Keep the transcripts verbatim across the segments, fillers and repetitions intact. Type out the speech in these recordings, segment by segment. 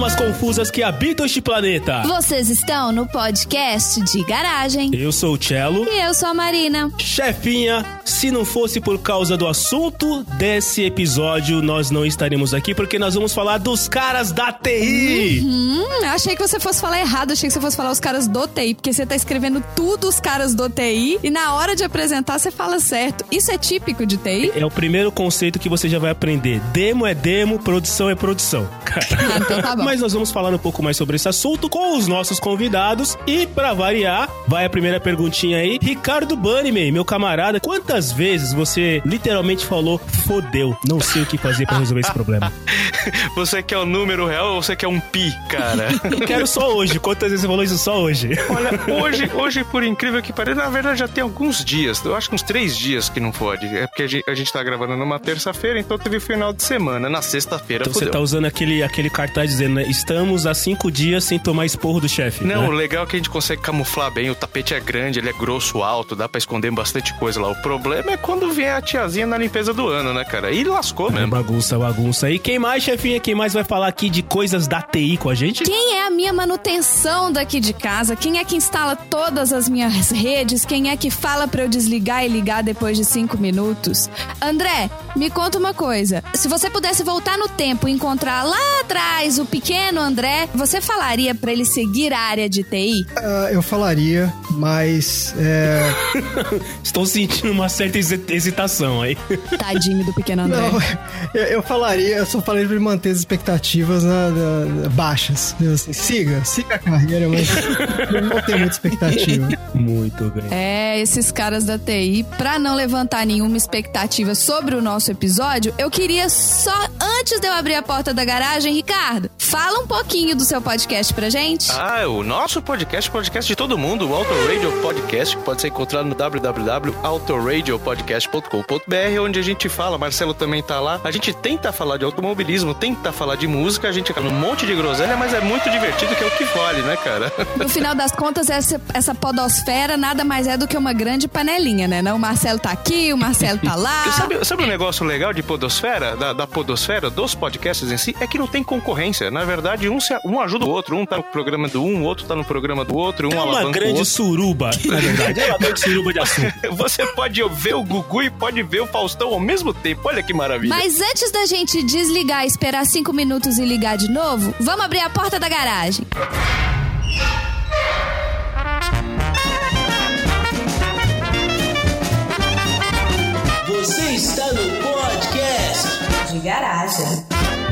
almas confusas que habitam este planeta. Vocês estão no podcast de garagem. Eu sou o Cello. E eu sou a Marina. Chefinha, se não fosse por causa do assunto desse episódio, nós não estaríamos aqui, porque nós vamos falar dos caras da T I. Uhum, achei que você fosse falar errado, achei que você fosse falar os caras do T I, porque você tá escrevendo tudo os caras do T I e na hora de apresentar você fala certo. Isso é típico de T I? É o primeiro conceito que você já vai aprender. Demo é demo, produção é produção. Ah, então tá bom. Mas nós vamos falar um pouco mais sobre esse assunto com os nossos convidados. E pra variar, vai a primeira perguntinha aí. Ricardo Bunnyman, meu camarada, quantas vezes você literalmente falou fodeu, não sei o que fazer pra resolver esse problema? Você quer o número real ou você quer um pi, cara? Eu quero só hoje. Quantas vezes você falou isso só hoje? Olha, hoje, hoje, por incrível que pareça, na verdade já tem alguns dias, eu acho que uns três dias que não fode. É porque a gente, a gente tá gravando numa terça-feira, então teve final de semana. Na sexta-feira, então fodeu. Você tá usando aquele, aquele cartaz dizendo, né? Estamos há cinco dias sem tomar esporro do chefe. Não, né? O legal é que a gente consegue camuflar bem. O tapete é grande, ele é grosso, alto, dá pra esconder bastante coisa lá. O problema é quando vem a tiazinha na limpeza do ano, né, cara? E lascou mesmo. É bagunça, bagunça. E quem mais, chefinha? Quem mais vai falar aqui de coisas da T I com a gente? Quem é a minha manutenção daqui de casa? Quem é que instala todas as minhas redes? Quem é que fala pra eu desligar e ligar depois de cinco minutos? André, me conta uma coisa. Se você pudesse voltar no tempo e encontrar lá atrás o pequeno André, você falaria pra ele seguir a área de T I? Uh, eu falaria, mas... É... Estou sentindo uma certa hesitação aí. Tadinho do pequeno André. Não, eu, eu falaria, eu só falei pra ele manter as expectativas na, na, na, baixas. Assim, siga, siga a carreira, mas eu não tenho muita expectativa. Muito bem. É, esses caras da T I, pra não levantar nenhuma expectativa sobre o nosso episódio, eu queria só, antes de eu abrir a porta da garagem, Ricardo, fala um pouquinho do seu podcast pra gente. Ah, o nosso podcast, podcast de todo mundo, o Autoradio Podcast, que pode ser encontrado no w w w ponto autoradio podcast ponto com ponto b r, onde a gente fala, Marcelo também tá lá, a gente tenta falar de automobilismo, tenta falar de música, a gente acaba num monte de groselha, mas é muito divertido, que é o que vale, né, cara? No final das contas, essa, essa podosfera nada mais é do que uma grande panelinha, né? Não, o Marcelo tá aqui, o Marcelo tá lá. Sabe, sabe um negócio legal de podosfera, da, da podosfera, dos podcasts em si? É que não tem concorrência. Na verdade, um, se, um ajuda o outro. Um tá no programa do um, o outro tá no programa do outro, um é alavanca o outro. É uma grande suruba, na verdade. É uma grande suruba de assunto. Você pode ver o Gugu e pode ver o Faustão ao mesmo tempo. Olha que maravilha. Mas antes da gente desligar, esperar cinco minutos e ligar de novo, vamos abrir a porta da garagem. Você está no podcast de garagem.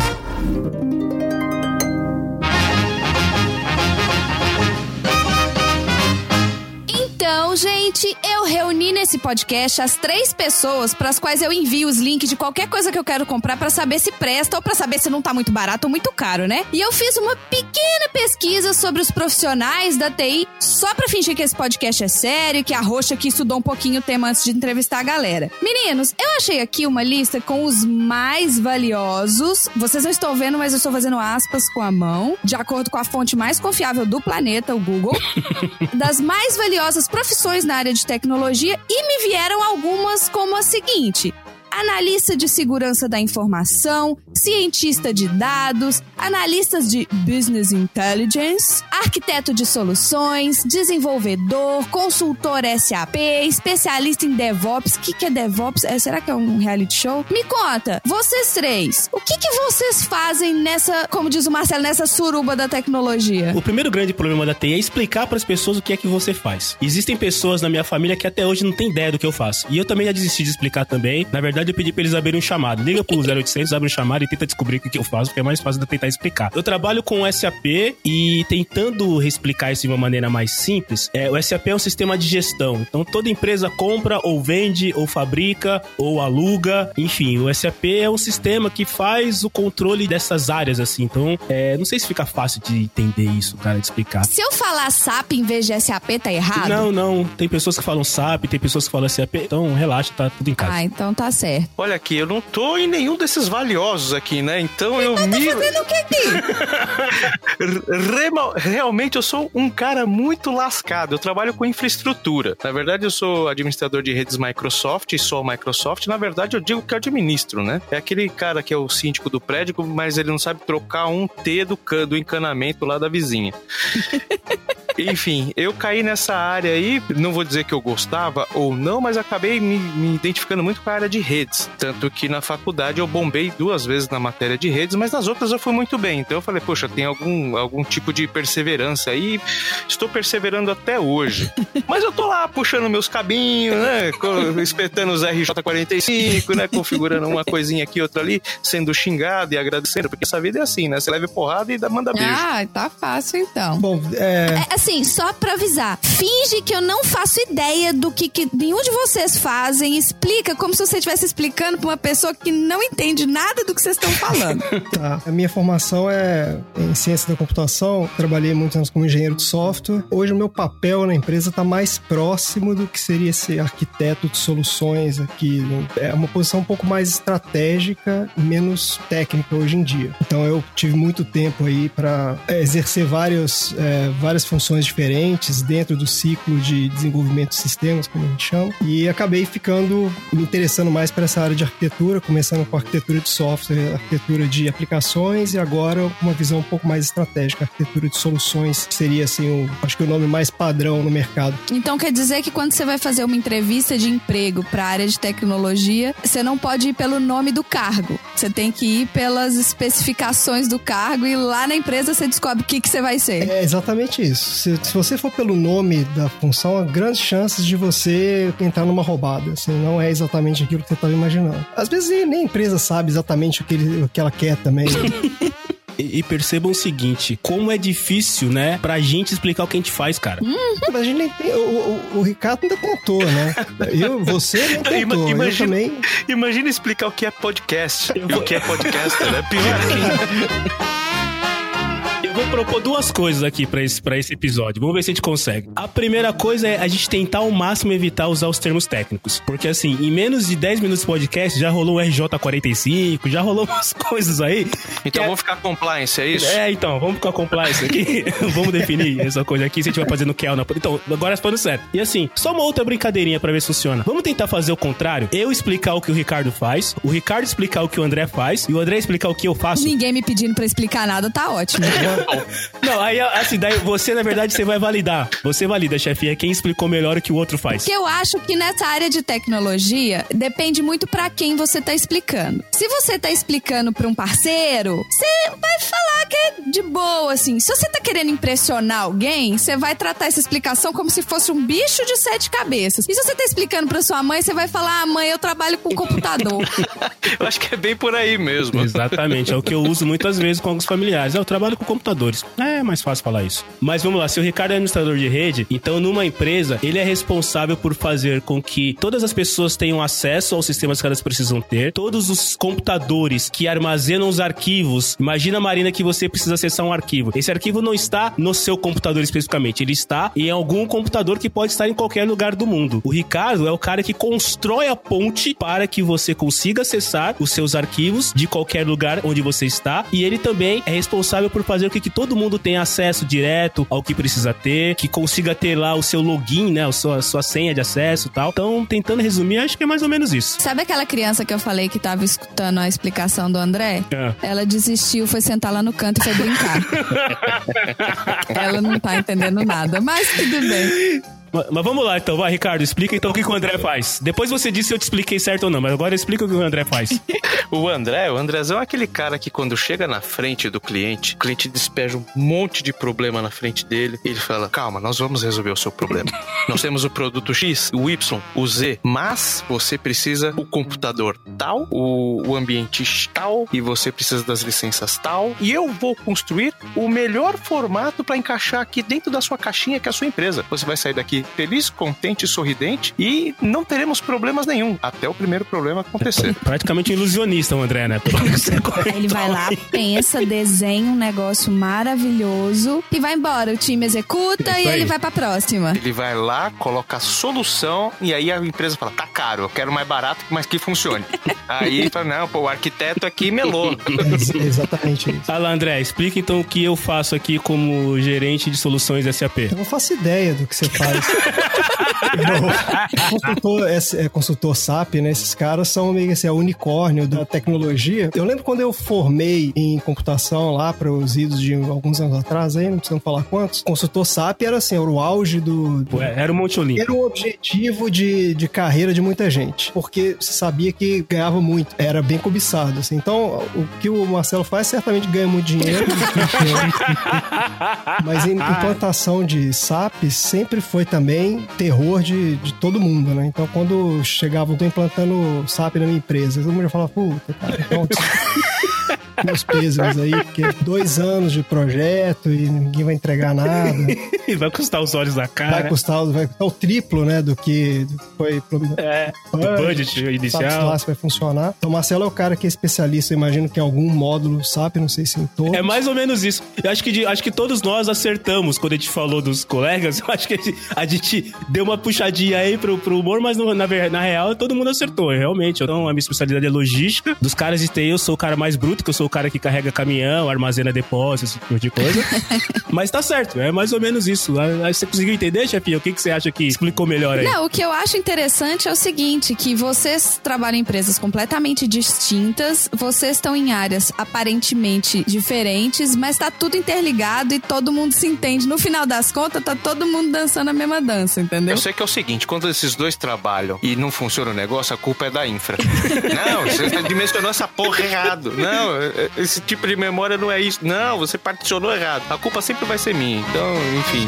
Então, gente, eu reuni nesse podcast as três pessoas para as quais eu envio os links de qualquer coisa que eu quero comprar para saber se presta ou para saber se não tá muito barato ou muito caro, né? E eu fiz uma pequena pesquisa sobre os profissionais da T I só pra fingir que esse podcast é sério, que a Roxa que estudou um pouquinho o tema antes de entrevistar a galera. Meninos, eu achei aqui uma lista com os mais valiosos. Vocês não estão vendo, mas eu estou fazendo aspas com a mão, de acordo com a fonte mais confiável do planeta, o Google, das mais valiosas profissões na área de tecnologia, e me vieram algumas como a seguinte: analista de segurança da informação, cientista de dados, analistas de business intelligence, arquiteto de soluções, desenvolvedor, consultor S A P, especialista em DevOps. O que, que é DevOps? É, será que é um reality show? Me conta, vocês três, o que, que vocês fazem nessa, como diz o Marcelo, nessa suruba da tecnologia? O primeiro grande problema da T I é explicar para as pessoas o que é que você faz. Existem pessoas na minha família que até hoje não tem ideia do que eu faço. E eu também já desisti de explicar também. Na verdade, eu pedi pra eles abrirem um chamado. Liga pro zero oitocentos, abre um chamado e tenta descobrir o que eu faço, porque é mais fácil de eu tentar explicar. Eu trabalho com o S A P e tentando explicar isso de uma maneira mais simples, é, o S A P é um sistema de gestão. Então, toda empresa compra ou vende ou fabrica ou aluga. Enfim, o S A P é um sistema que faz o controle dessas áreas, assim. Então, é, não sei se fica fácil de entender isso, cara, de explicar. Se eu falar S A P em vez de S A P, tá errado? Não, não. Tem pessoas que falam S A P, tem pessoas que falam S A P. Então, relaxa, tá tudo em casa. Ah, então tá certo. certo. Olha aqui, eu não tô em nenhum desses valiosos aqui, né? Então eu Tá me... fazendo o que aqui? Rema- Realmente eu sou um cara muito lascado. Eu trabalho com infraestrutura. Na verdade, eu sou administrador de redes Microsoft e sou Microsoft. Na verdade, eu digo que eu administro, né? É aquele cara que é o síndico do prédio, mas ele não sabe trocar um T do, can- do encanamento lá da vizinha. Enfim, eu caí nessa área aí, não vou dizer que eu gostava ou não, mas acabei me, me identificando muito com a área de redes. Tanto que na faculdade eu bombei duas vezes na matéria de redes, mas nas outras eu fui muito bem. Então eu falei, poxa, tem algum, algum tipo de perseverança aí, estou perseverando até hoje. Mas eu tô lá puxando meus cabinhos, né, espetando os R J quarenta e cinco, né, configurando uma coisinha aqui, outra ali, sendo xingado e agradecendo, porque essa vida é assim, né, você leva porrada e dá, manda beijo. Ah, tá fácil então. Bom, é... É, assim, só pra avisar, finge que eu não faço ideia do que, que nenhum de vocês fazem, explica como se você estivesse explicando pra uma pessoa que não entende nada do que vocês estão falando. Tá. A minha formação é em ciência da computação, trabalhei muitos anos como engenheiro de software. Hoje o meu papel na empresa está mais próximo do que seria ser arquiteto de soluções aqui. É uma posição um pouco mais estratégica e menos técnica hoje em dia. Então eu tive muito tempo aí para exercer vários, é, várias funções diferentes dentro do ciclo de desenvolvimento de sistemas, como a gente chama, e acabei ficando me interessando mais para essa área de arquitetura, começando com arquitetura de software, arquitetura de aplicações e agora uma visão um pouco mais estratégica, arquitetura de soluções, que seria assim, o, acho que o nome mais padrão no mercado. Então quer dizer que quando você vai fazer uma entrevista de emprego para a área de tecnologia, você não pode ir pelo nome do cargo, você tem que ir pelas especificações do cargo e lá na empresa você descobre o que, que você vai ser. É exatamente isso. Se, se você for pelo nome da função, há grandes chances de você entrar numa roubada. Assim, não é exatamente aquilo que você estava imaginando. Às vezes nem a empresa sabe exatamente o que, ele, o que ela quer também. E, e percebam o seguinte, como é difícil, né, pra gente explicar o que a gente faz, cara. Hum, mas a gente nem tem... O, o, o Ricardo ainda tentou, né? Eu, você não tentou, imagina, eu também... Imagina explicar o que é podcast. E o que é podcast, né? Pior ainda. Eu vou propor duas coisas aqui pra esse, pra esse episódio. Vamos ver se a gente consegue. A primeira coisa é a gente tentar ao máximo evitar usar os termos técnicos. Porque assim, em menos de dez minutos de podcast, já rolou o R J quarenta e cinco, já rolou umas coisas aí. Então é... vamos ficar compliance, é isso? É, então, vamos ficar compliance aqui. Vamos definir essa coisa aqui, se a gente vai fazendo Kel na... Então, agora falando sério. E assim, só uma outra brincadeirinha pra ver se funciona. Vamos tentar fazer o contrário. Eu explicar o que o Ricardo faz, o Ricardo explicar o que o André faz e o André explicar o que eu faço. Ninguém me pedindo pra explicar nada, tá ótimo. Não, aí assim, daí você, na verdade, você vai validar. Você valida, chefe, é quem explicou melhor o que o outro faz. Porque eu acho que nessa área de tecnologia, depende muito pra quem você tá explicando. Se você tá explicando pra um parceiro, você vai falar que é de boa, assim. Se você tá querendo impressionar alguém, você vai tratar essa explicação como se fosse um bicho de sete cabeças. E se você tá explicando pra sua mãe, você vai falar, ah, mãe, eu trabalho com computador. Eu acho que é bem por aí mesmo. Exatamente, é o que eu uso muitas vezes com alguns familiares. Eu trabalho com computadores. É mais fácil falar isso. Mas vamos lá, se o Ricardo é administrador de rede, então numa empresa, ele é responsável por fazer com que todas as pessoas tenham acesso aos sistemas que elas precisam ter, todos os computadores que armazenam os arquivos. Imagina, Marina, que você precisa acessar um arquivo. Esse arquivo não está no seu computador especificamente, ele está em algum computador que pode estar em qualquer lugar do mundo. O Ricardo é o cara que constrói a ponte para que você consiga acessar os seus arquivos de qualquer lugar onde você está, e ele também é responsável por fazer com que todo mundo tenha acesso direto ao que precisa ter, que consiga ter lá o seu login, né, a sua, a sua senha de acesso e tal. Então, tentando resumir, acho que é mais ou menos isso. Sabe aquela criança que eu falei que tava escutando a explicação do André? É. Ela desistiu, foi sentar lá no canto e foi brincar. Ela não tá entendendo nada, mas tudo bem. Mas, mas vamos lá, então. Vai, Ricardo, explica então o que, que o André faz. Depois você disse se eu te expliquei certo ou não, mas agora explica o que o André faz. O André, o Andrezão é aquele cara que quando chega na frente do cliente, o cliente despeja um monte de problema na frente dele e ele fala, calma, nós vamos resolver o seu problema. Nós temos o produto X, o Y, o Z, mas você precisa do computador tal, o, o ambiente tal, e você precisa das licenças tal, e eu vou construir o melhor formato para encaixar aqui dentro da sua caixinha, que é a sua empresa. Você vai sair daqui feliz, contente, sorridente e não teremos problemas nenhum, até o primeiro problema acontecer. É praticamente um ilusionista o André, né? Aí ele vai lá, pensa, desenha um negócio maravilhoso e vai embora. O time executa e ele vai pra próxima. Ele vai lá lá, coloca a solução e aí a empresa fala, tá caro, eu quero mais barato, mas que funcione. Aí fala, não, pô, o arquiteto aqui melou. É exatamente isso. Fala, André, explica então o que eu faço aqui como gerente de soluções S A P. Eu não faço ideia do que você faz. Eu, consultor, é, consultor S A P, né? Esses caras são meio assim, a unicórnio da tecnologia. Eu lembro quando eu formei em computação lá para os idos de alguns anos atrás, aí, não precisamos falar quantos, consultor S A P era assim, era o auge do... do era o Monte Olimpo. Era o objetivo de, de carreira de muita gente, porque você sabia que ganhava muito, era bem cobiçado, assim. Então, o que o Marcelo faz, certamente ganha muito dinheiro. Mas em implantação de S A P sempre foi também terror de, de todo mundo, né? Então, quando chegava, eu tô implantando S A P na minha empresa, todo mundo ia falar, puta, cara, então... meus pêsames aí, porque dois anos de projeto e ninguém vai entregar nada. Vai custar os olhos da cara. Vai custar, vai custar o triplo, né, do que foi... É, o budget inicial. Sabe lá se vai funcionar. Então, o Marcelo é o cara que é especialista, eu imagino que em algum módulo S A P, não sei se em todos. É mais ou menos isso. Eu acho que, de, acho que todos nós acertamos quando a gente falou dos colegas. Eu acho que a gente, a gente deu uma puxadinha aí pro, pro humor, mas no, na, na real todo mundo acertou, realmente. Então, a minha especialidade é logística. Dos caras de T I, eu sou o cara mais bruto, que eu sou o cara que carrega caminhão, armazena depósitos, esse tipo de coisa. Mas tá certo, é mais ou menos isso. Aí você conseguiu entender, chefinha? O que, que você acha que explicou melhor aí? Não, o que eu acho interessante é o seguinte, que vocês trabalham em empresas completamente distintas, vocês estão em áreas aparentemente diferentes, mas tá tudo interligado e todo mundo se entende. No final das contas, tá todo mundo dançando a mesma dança, entendeu? Eu sei que é o seguinte, quando esses dois trabalham e não funciona o negócio, a culpa é da infra. Não, você dimensionou essa porra errado. Não, esse tipo de memória não é isso. Não, você particionou errado. A culpa sempre vai ser minha. Então, enfim...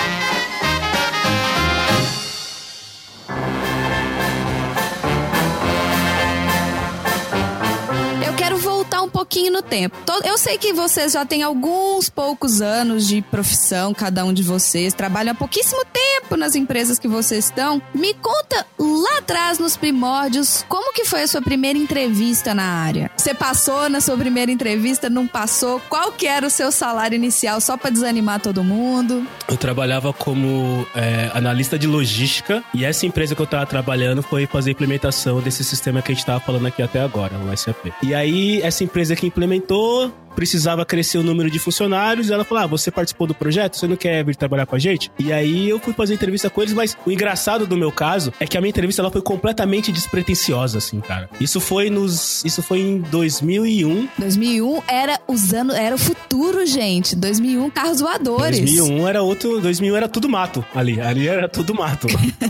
Um pouquinho no tempo. Eu sei que vocês já têm alguns poucos anos de profissão, cada um de vocês, trabalham há pouquíssimo tempo nas empresas que vocês estão. Me conta lá atrás, nos primórdios, como que foi a sua primeira entrevista na área? Você passou na sua primeira entrevista, não passou? Qual que era o seu salário inicial, só pra desanimar todo mundo? Eu trabalhava como é, analista de logística e essa empresa que eu tava trabalhando foi fazer a implementação desse sistema que a gente tava falando aqui até agora, o S A P. E aí, essa empresa que implementou precisava crescer o número de funcionários, e ela falou, ah, você participou do projeto? Você não quer vir trabalhar com a gente? E aí eu fui fazer entrevista com eles, mas o engraçado do meu caso é que a minha entrevista ela foi completamente despretensiosa, assim, cara. Isso foi nos... Isso foi em dois mil e um. dois mil e um era os anos... Era o futuro, gente. dois mil e um, carros voadores. dois mil e um era outro... dois mil e um era tudo mato ali. Ali era tudo mato.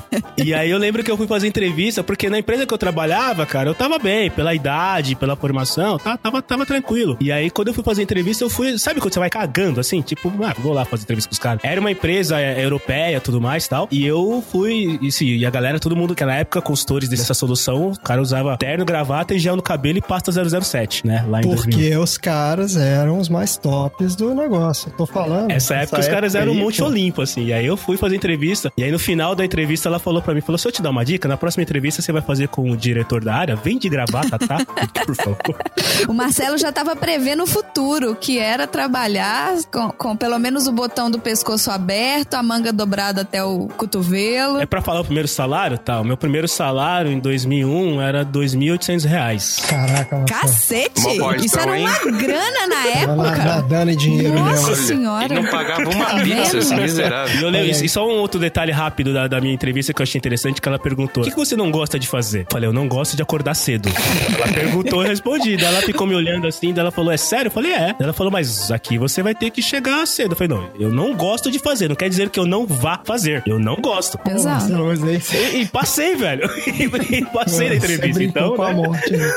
E aí eu lembro que eu fui fazer entrevista, porque na empresa que eu trabalhava, cara, eu tava bem, pela idade, pela formação, tá, tava, tava tranquilo. E aí quando eu fui fazer entrevista, eu fui... Sabe quando você vai cagando, assim? Tipo, ah, vou lá fazer entrevista com os caras. Era uma empresa é, europeia, tudo mais e tal. E eu fui... E, sim, e a galera, todo mundo, naquela época, consultores dessa solução, o cara usava terno, gravata e gel no cabelo e pasta zero zero sete, né? Lá em Porque dois mil. os caras eram os mais tops do negócio. Eu tô falando. Essa época, essa os caras eram um Monte Olimpo, assim. E aí eu fui fazer entrevista. E aí no final da entrevista, ela falou pra mim, falou, se eu te dar uma dica, na próxima entrevista você vai fazer com o diretor da área, vem de gravata, tá? Por favor. O Marcelo já tava prevendo o futuro, que era trabalhar com, com pelo menos o botão do pescoço aberto, a manga dobrada até o cotovelo. É pra falar o primeiro salário? Tá, o meu primeiro salário em dois mil e um era dois mil e oitocentos reais. Caraca, Marcelo. Cacete! Boa Isso era uma hein? grana na época. Nadando em dinheiro, Nossa né? senhora. Ele não pagava uma Tá pizza, vendo? esse miserável. E eu lembro, e só um outro detalhe rápido da, da minha entrevista que eu achei interessante, que ela perguntou, o que, que você não gosta de fazer? Eu falei, eu não gosto de acordar cedo. Ela perguntou, eu respondi. Daí ela ficou me olhando assim, daí ela falou, é sério? Eu falei, é. Daí ela falou, mas aqui você vai ter que chegar cedo. Eu falei, não, eu não gosto de fazer, não quer dizer que eu não vá fazer. Eu não gosto. Exato. E, e passei, velho. E passei na entrevista, então. Com né? a morte, né?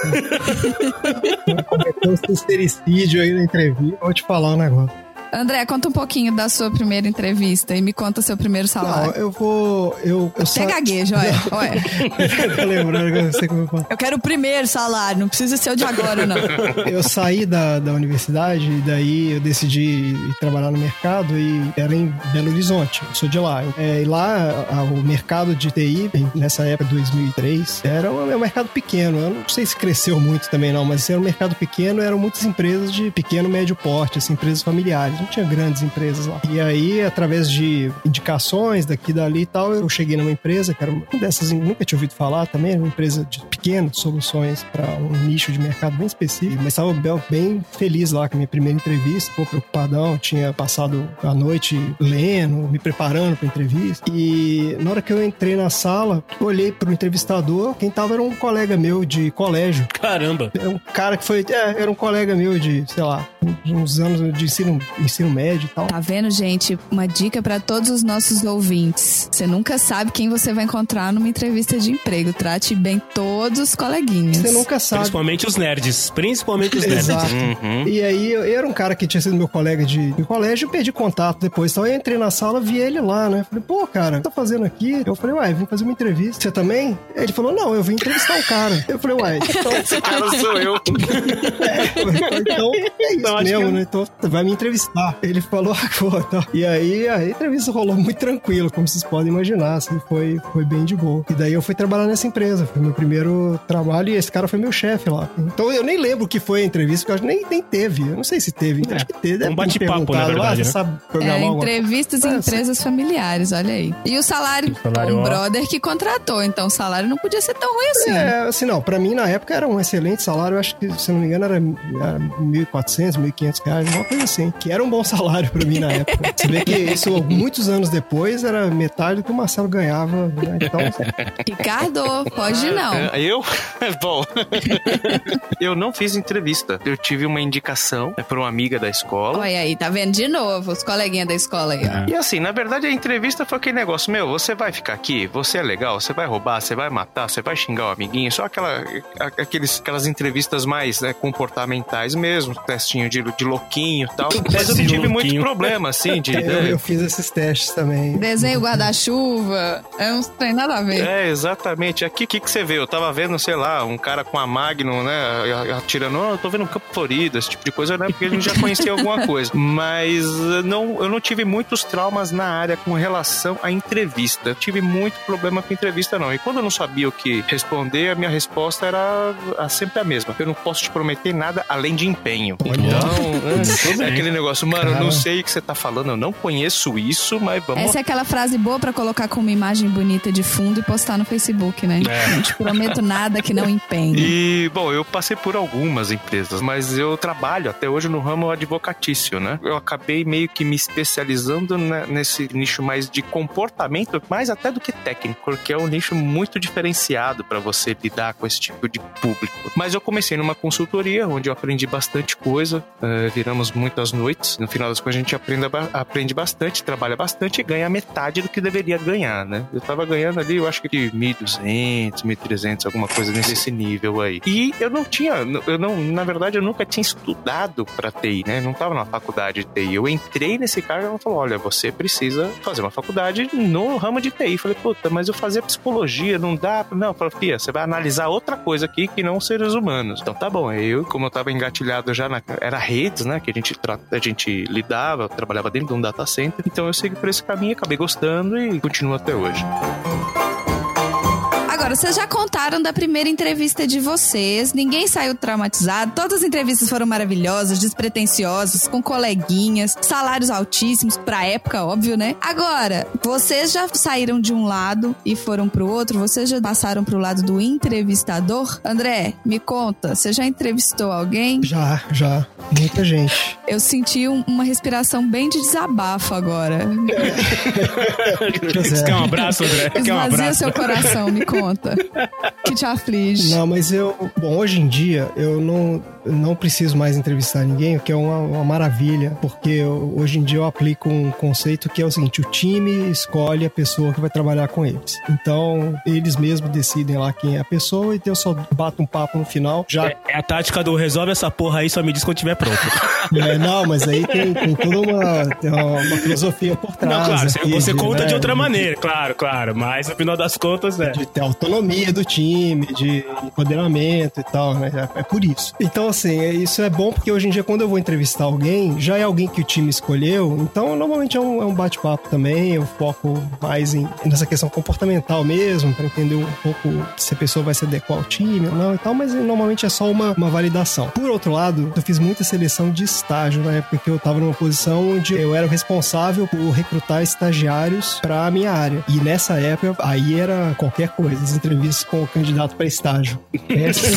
Cometeu um sincericídio aí na entrevista. Vou te falar um negócio. André, conta um pouquinho da sua primeira entrevista e me conta seu primeiro salário. Não, eu vou... Eu, eu Até gaguejo, olha. olha. Tô lembrando que eu não sei como eu falo. Eu quero o primeiro salário, não precisa ser o de agora, não. Eu saí da, da universidade e daí eu decidi ir trabalhar no mercado e era em Belo Horizonte, eu sou de lá. É, e lá a, o mercado de T I, nessa época, dois mil e três, era um, um mercado pequeno. Eu não sei se cresceu muito também não, mas era um mercado pequeno, eram muitas empresas de pequeno, médio porte, assim, empresas familiares. não tinha grandes empresas lá. E aí, através de indicações daqui e dali e tal, eu cheguei numa empresa que era uma dessas, nunca tinha ouvido falar também, era uma empresa de pequenas soluções para um nicho de mercado bem específico, mas estava bem feliz lá com a minha primeira entrevista, pô, preocupadão, tinha passado a noite lendo, me preparando para entrevista. E na hora que eu entrei na sala, olhei pro entrevistador, quem tava era um colega meu de colégio. Caramba! Era um cara que foi, é, era um colega meu de, sei lá, uns anos de ensino, ensino médio e tal. Tá vendo, gente? Uma dica pra todos os nossos ouvintes. Você nunca sabe quem você vai encontrar numa entrevista de emprego. Trate bem todos os coleguinhas. Você nunca sabe. Principalmente os nerds. Principalmente os nerds. Exato. Uhum. E aí, eu, eu era um cara que tinha sido meu colega de, de colégio, eu perdi contato depois. Então eu entrei na sala, vi ele lá, né? Falei, pô, cara, o que tá fazendo aqui? Eu falei, uai, vim fazer uma entrevista. Você também? Ele falou, não, eu vim entrevistar um cara. Eu falei, uai, então... Esse cara sou eu. É, então, é isso Não, mesmo, que... né? Então, vai me entrevistar. Ele falou, ah, pô, então. E aí, a entrevista rolou muito tranquilo, como vocês podem imaginar, assim, foi, foi bem de boa. E daí eu fui trabalhar nessa empresa, foi meu primeiro trabalho e esse cara foi meu chefe lá. Então eu nem lembro o que foi a entrevista, porque eu acho que nem, nem teve. Eu não sei se teve, é, acho que teve. Um bate-papo, na verdade, ah, né? Você sabe programar É, alguma... entrevistas em Ah, empresas familiares, olha aí. E o salário, O salário, um ó. brother que contratou, então o salário não podia ser tão ruim assim. É, assim, não, pra mim na época era um excelente salário, eu acho que, se não me engano, era, era mil e quatrocentos, mil e quinhentos reais, uma coisa assim, que era um bom salário pra mim na época. Você vê que isso, muitos anos depois, era metade do que o Marcelo ganhava, né? Então... Ricardo, pode não. É, Eu? Bom, eu não fiz entrevista. Eu tive uma indicação né, por uma amiga da escola. Olha aí, tá vendo de novo os coleguinhas da escola aí, ó. E assim, na verdade a entrevista foi aquele negócio, meu, você vai ficar aqui, você é legal, você vai roubar, você vai matar, você vai xingar o amiguinho, só aquela, aqueles, aquelas entrevistas mais né, comportamentais mesmo, testinho de, de louquinho e tal. Mas eu não tive muito problema, assim, de... Eu, né, eu fiz esses testes também. Desenho guarda-chuva, é uns trem nada a ver. É, exatamente. Aqui, o que, que você vê? Eu tava vendo, sei lá, um cara com a Magnum, né, atirando, oh, eu tô vendo um Campo Florido, esse tipo de coisa, né, porque a gente já conhecia alguma coisa. Mas não, eu não tive muitos traumas na área com relação à entrevista. Eu tive muito problema com entrevista, não. E quando eu não sabia o que responder, a minha resposta era sempre a mesma. Eu não posso te prometer nada além de empenho. Então, é, é aquele negócio, mano, eu não sei o que você tá falando, eu não conheço isso, mas vamos... Essa é aquela frase boa pra colocar com uma imagem bonita de fundo e postar no Facebook, né? É. Não te prometo nada que não empenhe. E, bom, eu passei por algumas empresas, mas eu trabalho até hoje no ramo advocatício, né? Eu acabei meio que me especializando né, nesse nicho mais de comportamento, mais até do que técnico, porque é um nicho muito diferenciado para você lidar com esse tipo de público. Mas eu comecei numa consultoria, onde eu aprendi bastante coisa, uh, viramos muitas noites, no final das contas a gente aprende, aprende bastante, trabalha bastante e ganha metade do que deveria ganhar, né? Eu tava ganhando ali, eu acho que mil e duzentos, mil e trezentos, alguma coisa nesse nível aí. E eu não tinha, eu não, na verdade eu nunca tinha estudado pra T I, né? Não tava na faculdade de T I. Eu entrei nesse cara e ela falou, olha, você precisa fazer uma faculdade no ramo de T I. Eu falei, puta, mas eu fazia psicologia, não dá... Não, eu falei, Fia, você vai analisar outra coisa aqui que não seres humanos. Então tá bom, eu, como eu tava engatilhado já na... Era redes, né? Que a gente, tra... a gente lidava, trabalhava dentro de um data center. Então eu segui por esse caminho, acabei gostando e continuo até hoje. Agora, vocês já contaram da primeira entrevista de vocês, ninguém saiu traumatizado, todas as entrevistas foram maravilhosas, despretensiosas, com coleguinhas, salários altíssimos, pra época, óbvio, né? Agora, vocês já saíram de um lado e foram pro outro, vocês já passaram pro lado do entrevistador? André, me conta, você já entrevistou alguém? Já, já. Muita gente. Eu senti um, uma respiração bem de desabafo agora. Você quer um abraço, André? Quer um Esvazia abraço? seu coração, me conta. Que te aflige. Não, mas eu... Bom, hoje em dia, eu não, não preciso mais entrevistar ninguém, o que é uma, uma maravilha, porque eu, hoje em dia eu aplico um conceito que é o seguinte, o time escolhe a pessoa que vai trabalhar com eles. Então, eles mesmos decidem lá quem é a pessoa e eu só bato um papo no final. Já... É, é a tática do resolve essa porra aí, só me diz quando tiver pronto. É, não, mas aí tem, tem toda uma, tem uma, uma filosofia por trás. Não, claro, você, aqui, você de, conta né, de outra maneira, claro, claro, mas no final das contas, é. De ter autonomia do time, de empoderamento e tal, né? É por isso. Então, assim, isso é bom porque hoje em dia, quando eu vou entrevistar alguém, já é alguém que o time escolheu, então normalmente é um, é um bate-papo também, eu foco mais em, nessa questão comportamental mesmo, pra entender um pouco se a pessoa vai se adequar ao time ou não e tal, mas normalmente é só uma, uma validação. Por outro lado, eu fiz muita seleção de estágio na época que eu tava numa posição onde eu era o responsável por recrutar estagiários pra minha área. E nessa época, aí era qualquer coisa, as entrevistas com o candidato pra estágio. Essa...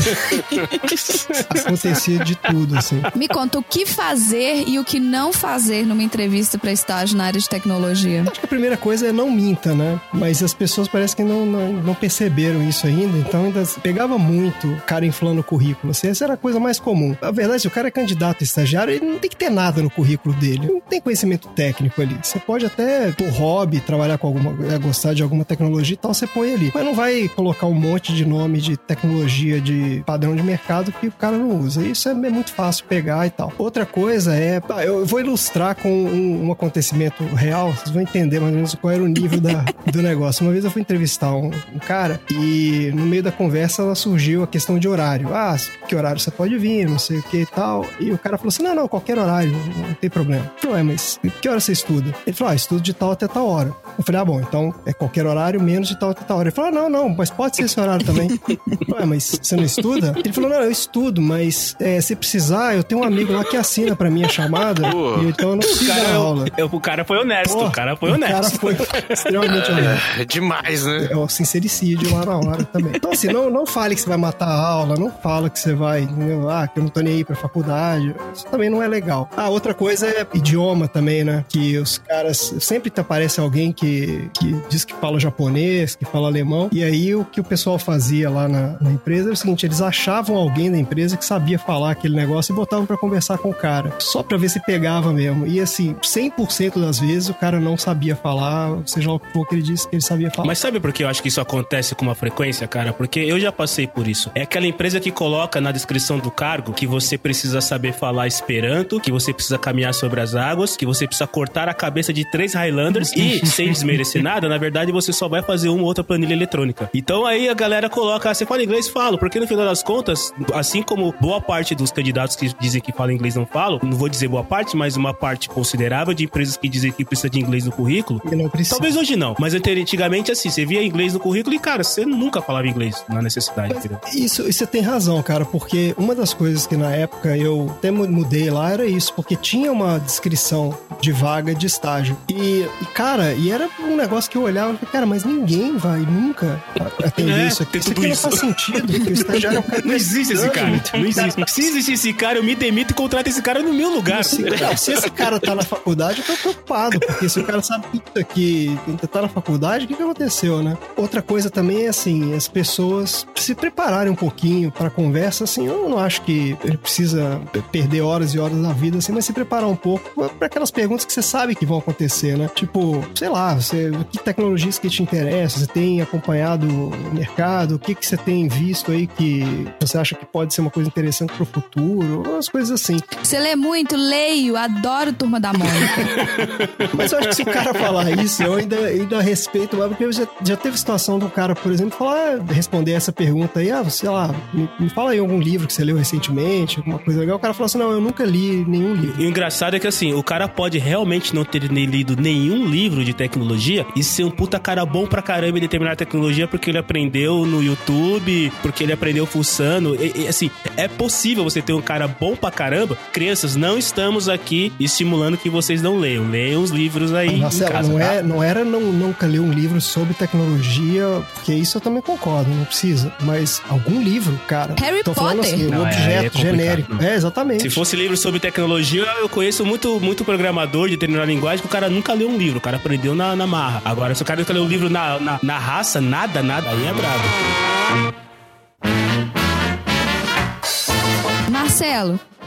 acontecia de tudo, assim. Me conta o que fazer e o que não fazer numa entrevista pra estágio na área de tecnologia. Acho que a primeira coisa é não minta, né? Mas as pessoas parecem que não, não, não perceberam isso ainda, então ainda pegava muito o cara inflando o currículo, assim, essa era a coisa mais comum. A verdade, se o cara é candidato a estagiário, ele não tem que ter nada no currículo dele, não tem conhecimento técnico ali. Você pode até, por hobby, trabalhar com alguma, gostar de alguma tecnologia e tal, você põe ali. Mas não vai colocar um monte de nome de tecnologia de padrão de mercado que o cara não usa. Isso é, é muito fácil pegar e tal. Outra coisa é, eu vou ilustrar com um, um acontecimento real, vocês vão entender mais ou menos qual era o nível da, do negócio. Uma vez eu fui entrevistar um, um cara e no meio da conversa ela surgiu a questão de horário. Ah, que horário você pode vir, não sei o que e tal. E o cara falou assim, não, não, qualquer horário, não tem problema. Eu falei, é, mas que hora você estuda? Ele falou, ah, estudo de tal até tal hora. Eu falei, ah, bom, então é qualquer horário menos de tal até tal hora. Ele falou, ah, não, não, mas pode ser esse horário também. Eu falei, ah, mas você não estuda? Ele falou, não, eu estudo, mas é, se precisar, eu tenho um amigo lá que assina pra mim a chamada, e então eu não preciso cara, dar aula. Eu, o cara foi honesto, Pô, o cara foi honesto. O cara foi extremamente honesto. É demais, né? É o sincericídio lá na hora também. Então, assim, não, não fale que você vai matar a aula, não fala que você vai, entendeu? Ah, que eu não tô nem aí pra faculdade. Isso também não é legal. Ah, outra coisa é idioma também, né? Que os caras... Sempre aparece alguém que, que diz que fala japonês, que fala alemão. E aí, o que o pessoal fazia lá na, na empresa é o seguinte, eles achavam alguém da empresa que sabia falar aquele negócio e botavam pra conversar com o cara. Só pra ver se pegava mesmo. E assim, cem por cento das vezes o cara não sabia falar, seja o que for que ele disse que ele sabia falar. Mas sabe por que eu acho que isso acontece com uma frequência, cara? Porque eu já passei por isso. É aquela empresa que coloca na descrição do cargo que você precisa saber falar Esperanto, que você precisa caminhar sobre as águas, que você precisa cortar a cabeça de três Highlanders e, sem desmerecer nada, na verdade você só vai fazer uma ou outra planilha eletrônica. Então aí a galera coloca, ah, você fala inglês? Falo, porque no final das contas, assim como boa parte dos candidatos que dizem que falam inglês não falam, não vou dizer boa parte, mas uma parte considerável de empresas que dizem que precisa de inglês no currículo. E não precisa. Talvez hoje não, mas antigamente assim, você via inglês no currículo e, cara, você nunca falava inglês na necessidade. Isso, isso você tem razão, cara, porque uma das coisas que na época eu até mudei lá era isso, porque tinha uma descrição de vaga de estágio. E, e cara, e era um negócio que eu olhava e falei, cara, mas ninguém vai nunca atender é, isso aqui. Tem isso tudo aqui isso. não faz sentido, porque o estagiário é um cara. Não existe esse cara. Não existe. Se existe esse cara, eu me demito e contrato esse cara no meu lugar. Se, se esse cara tá na faculdade, eu tô preocupado, porque se o cara sabe tudo isso aqui, tá na faculdade, o que que aconteceu, né? Outra coisa também é assim, as pessoas se prepararem um pouquinho pra conversa, assim, eu não acho que ele precisa perder horas e horas da vida, assim, mas se preparar um pouco pra aquelas perguntas que você sabe que vão acontecer, né? Tipo, sei lá, você, que tecnologias que te interessam, você tem acompanhado o mercado, o que que você tem visto aí que você acha que pode ser uma coisa interessante pro futuro, umas coisas assim. Você lê muito? Leio, adoro Turma da Mônica. Mas eu acho que se o cara falar isso, eu ainda, ainda respeito, porque já, já teve situação do cara, por exemplo, falar, responder essa pergunta aí, ah, sei lá, me, me fala aí algum livro que você leu recentemente, alguma coisa legal. O cara falou assim, não, eu nunca li nenhum livro. E o engraçado é que assim, o cara pode realmente não ter lido nenhum livro de tecnologia e ser um puta cara bom pra caramba em determinada tecnologia porque ele aprendeu no YouTube, porque ele aprendeu fuçando. E, e, assim, é possível você ter um cara bom pra caramba. Crianças, não estamos aqui estimulando que vocês não leiam. Leiam os livros aí Nossa, em casa. Não, tá? é, não era não, nunca ler um livro sobre tecnologia, porque isso eu também concordo, não precisa. Mas algum livro, cara. Harry tô falando Potter. assim, um Não, é, objeto é genérico. É, exatamente. Se fosse livro sobre tecnologia, eu conheço muito, muito programador de determinada linguagem que o cara nunca leu um livro, o cara aprendeu na, na marra. Agora, se o cara nunca leu um livro na, na, na raça, nada, nada, aí é brabo. Marcelo,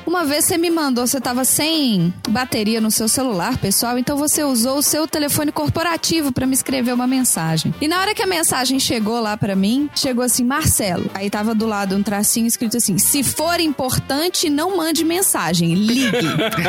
Uma vez você me mandou, você tava sem bateria no seu celular, pessoal, então você usou o seu telefone corporativo pra me escrever uma mensagem. E na hora que a mensagem chegou lá pra mim, chegou assim, Marcelo. Aí tava do lado um tracinho escrito assim, se for importante, não mande mensagem, ligue.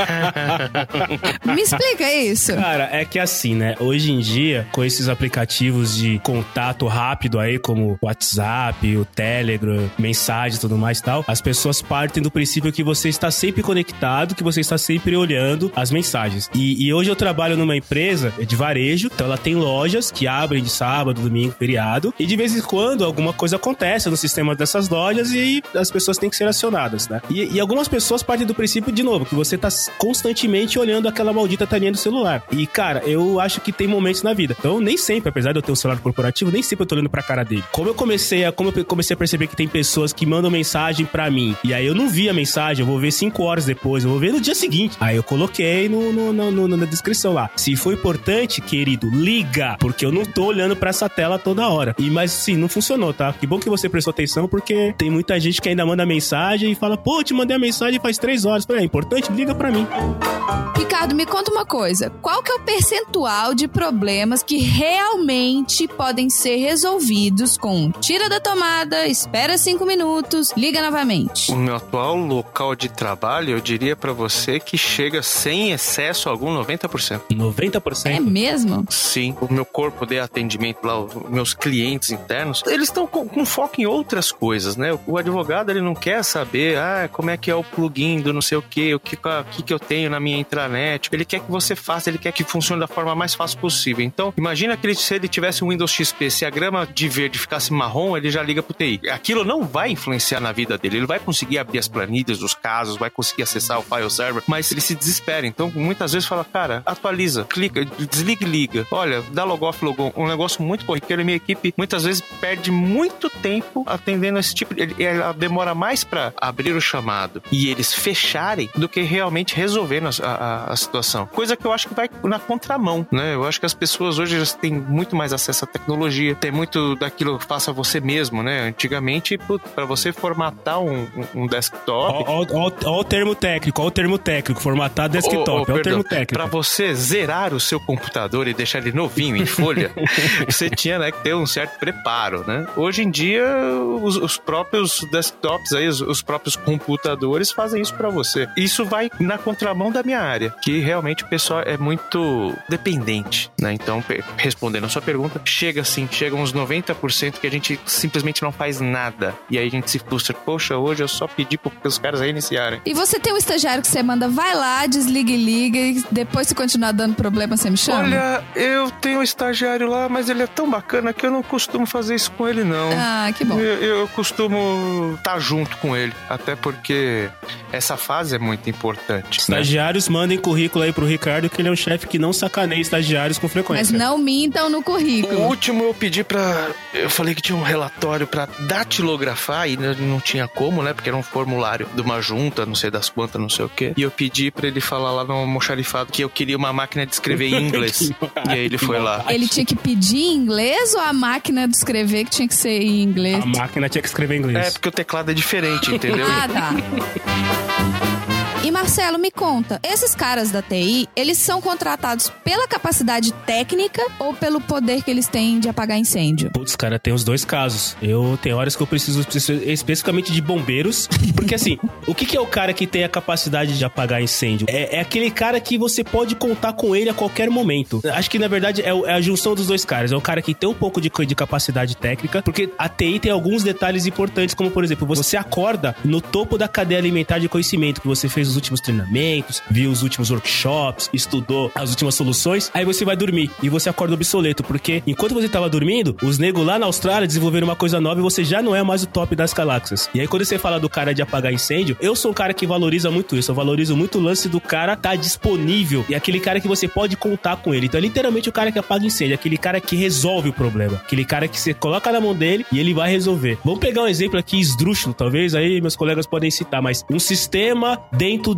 Me explica isso. Cara, é que assim, né? Hoje em dia, com esses aplicativos de contato rápido aí, como o WhatsApp, o Telegram, mensagem e tudo mais e tal, as pessoas partem do princípio que você está sempre conectado, que você está sempre olhando as mensagens. E, e hoje eu trabalho numa empresa de varejo, então ela tem lojas que abrem de sábado, domingo, feriado, e de vez em quando alguma coisa acontece no sistema dessas lojas e as pessoas têm que ser acionadas, né? E, e algumas pessoas partem do princípio, de novo, que você tá constantemente olhando aquela maldita telinha do celular. E, cara, eu acho que tem momentos na vida. Então, nem sempre, apesar de eu ter um celular corporativo, nem sempre eu tô olhando pra cara dele. Como eu comecei a, como eu comecei a perceber que tem pessoas que mandam mensagem pra mim, e aí eu não vi a mensagem, eu vou ver cinco horas depois, eu vou ver no dia seguinte. Aí eu coloquei no, no, no, no, na descrição lá. Se for importante, querido, liga, porque eu não tô olhando pra essa tela toda hora. E, mas sim, não funcionou, tá? Que bom que você prestou atenção, porque tem muita gente que ainda manda mensagem e fala, pô, te mandei a mensagem faz três horas. É importante? Liga pra mim. Ricardo, me conta uma coisa. Qual que é o percentual de problemas que realmente podem ser resolvidos com tira da tomada, espera cinco minutos, liga novamente? O meu atual local de trabalho, eu diria pra você que chega sem excesso algum noventa por cento. noventa por cento? É mesmo? Sim. O meu corpo de atendimento lá, os meus clientes internos, eles estão com, com foco em outras coisas, né? O advogado, ele não quer saber, ah, como é que é o plugin do não sei o quê, o que, o que, que eu tenho na minha intranet. Ele quer que você faça, ele quer que funcione da forma mais fácil possível. Então, imagina que ele, se ele tivesse um Windows X P, se a grama de verde ficasse marrom, ele já liga pro T I. Aquilo não vai influenciar na vida dele. Ele vai conseguir abrir as planilhas dos casos, vai conseguir acessar o file server, mas ele se desespera. Então, muitas vezes fala, cara, atualiza, clica, desliga e liga. Olha, dá logoff, logon. Um negócio muito corriqueiro. Minha equipe, muitas vezes, perde muito tempo atendendo esse tipo de... Ela demora mais pra abrir o chamado e eles fecharem do que realmente resolvendo a, a, a situação. Coisa que eu acho que vai na contramão, né? Eu acho que as pessoas hoje já têm muito mais acesso à tecnologia, tem muito daquilo que faça você mesmo, né? Antigamente, para você formatar um, um desktop... Olha o termo técnico, olha o termo técnico, formatar desktop, oh, oh, é o termo técnico. Para você zerar o seu computador e deixar ele novinho, em folha, você tinha, né, que ter um certo preparo, né? Hoje em dia, os, os próprios desktops aí, os, os próprios computadores fazem isso para você. Isso vai na contramão da minha área, que realmente o pessoal é muito dependente, né? Então, respondendo a sua pergunta, chega assim, chega uns noventa por cento que a gente simplesmente não faz nada. E aí a gente se frustra. Poxa, hoje eu só pedi para os caras reiniciarem. E você tem um estagiário que você manda, vai lá, desliga e liga, e depois se continuar dando problema, você me chama? Olha, eu tenho um estagiário lá, mas ele é tão bacana que eu não costumo fazer isso com ele, não. Ah, que bom. Eu, eu costumo estar junto com ele, até porque essa fase é muito importante. Estagiários, né? Mandem currículo aí pro Ricardo, que ele é um chefe que não sacaneia estagiários com frequência. Mas não mintam no currículo. O último eu pedi pra... Eu falei que tinha um relatório pra datilografar e não tinha como, né? Porque era um formulário de uma junta, não sei das quantas, não sei o quê. E eu pedi pra ele falar lá no almoxarifado que eu queria uma máquina de escrever em inglês. E aí ele foi lá. Ele tinha que pedir em inglês ou a máquina de escrever que tinha que ser em inglês? A máquina tinha que escrever em inglês. É, porque o teclado é diferente, entendeu? Ah, tá. E Marcelo, me conta, esses caras da T I, eles são contratados pela capacidade técnica ou pelo poder que eles têm de apagar incêndio? Putz, cara, tem os dois casos. Eu tenho horas que eu preciso, preciso especificamente de bombeiros, porque assim, o que, que é o cara que tem a capacidade de apagar incêndio? É, é aquele cara que você pode contar com ele a qualquer momento. Acho que, na verdade, é, é a junção dos dois caras. É o cara que tem um pouco de, de capacidade técnica, porque a T I tem alguns detalhes importantes, como, por exemplo, você acorda no topo da cadeia alimentar de conhecimento que você fez os últimos treinamentos, viu os últimos workshops, estudou as últimas soluções, aí você vai dormir e você acorda obsoleto, porque enquanto você tava dormindo, os negros lá na Austrália desenvolveram uma coisa nova e você já não é mais o top das galáxias. E aí quando você fala do cara de apagar incêndio, eu sou um cara que valoriza muito isso, eu valorizo muito o lance do cara tá disponível e aquele cara que você pode contar com ele. Então é literalmente o cara que apaga incêndio, aquele cara que resolve o problema, aquele cara que você coloca na mão dele e ele vai resolver. Vamos pegar um exemplo aqui esdrúxulo, talvez aí meus colegas podem citar, mas um sistema dentro de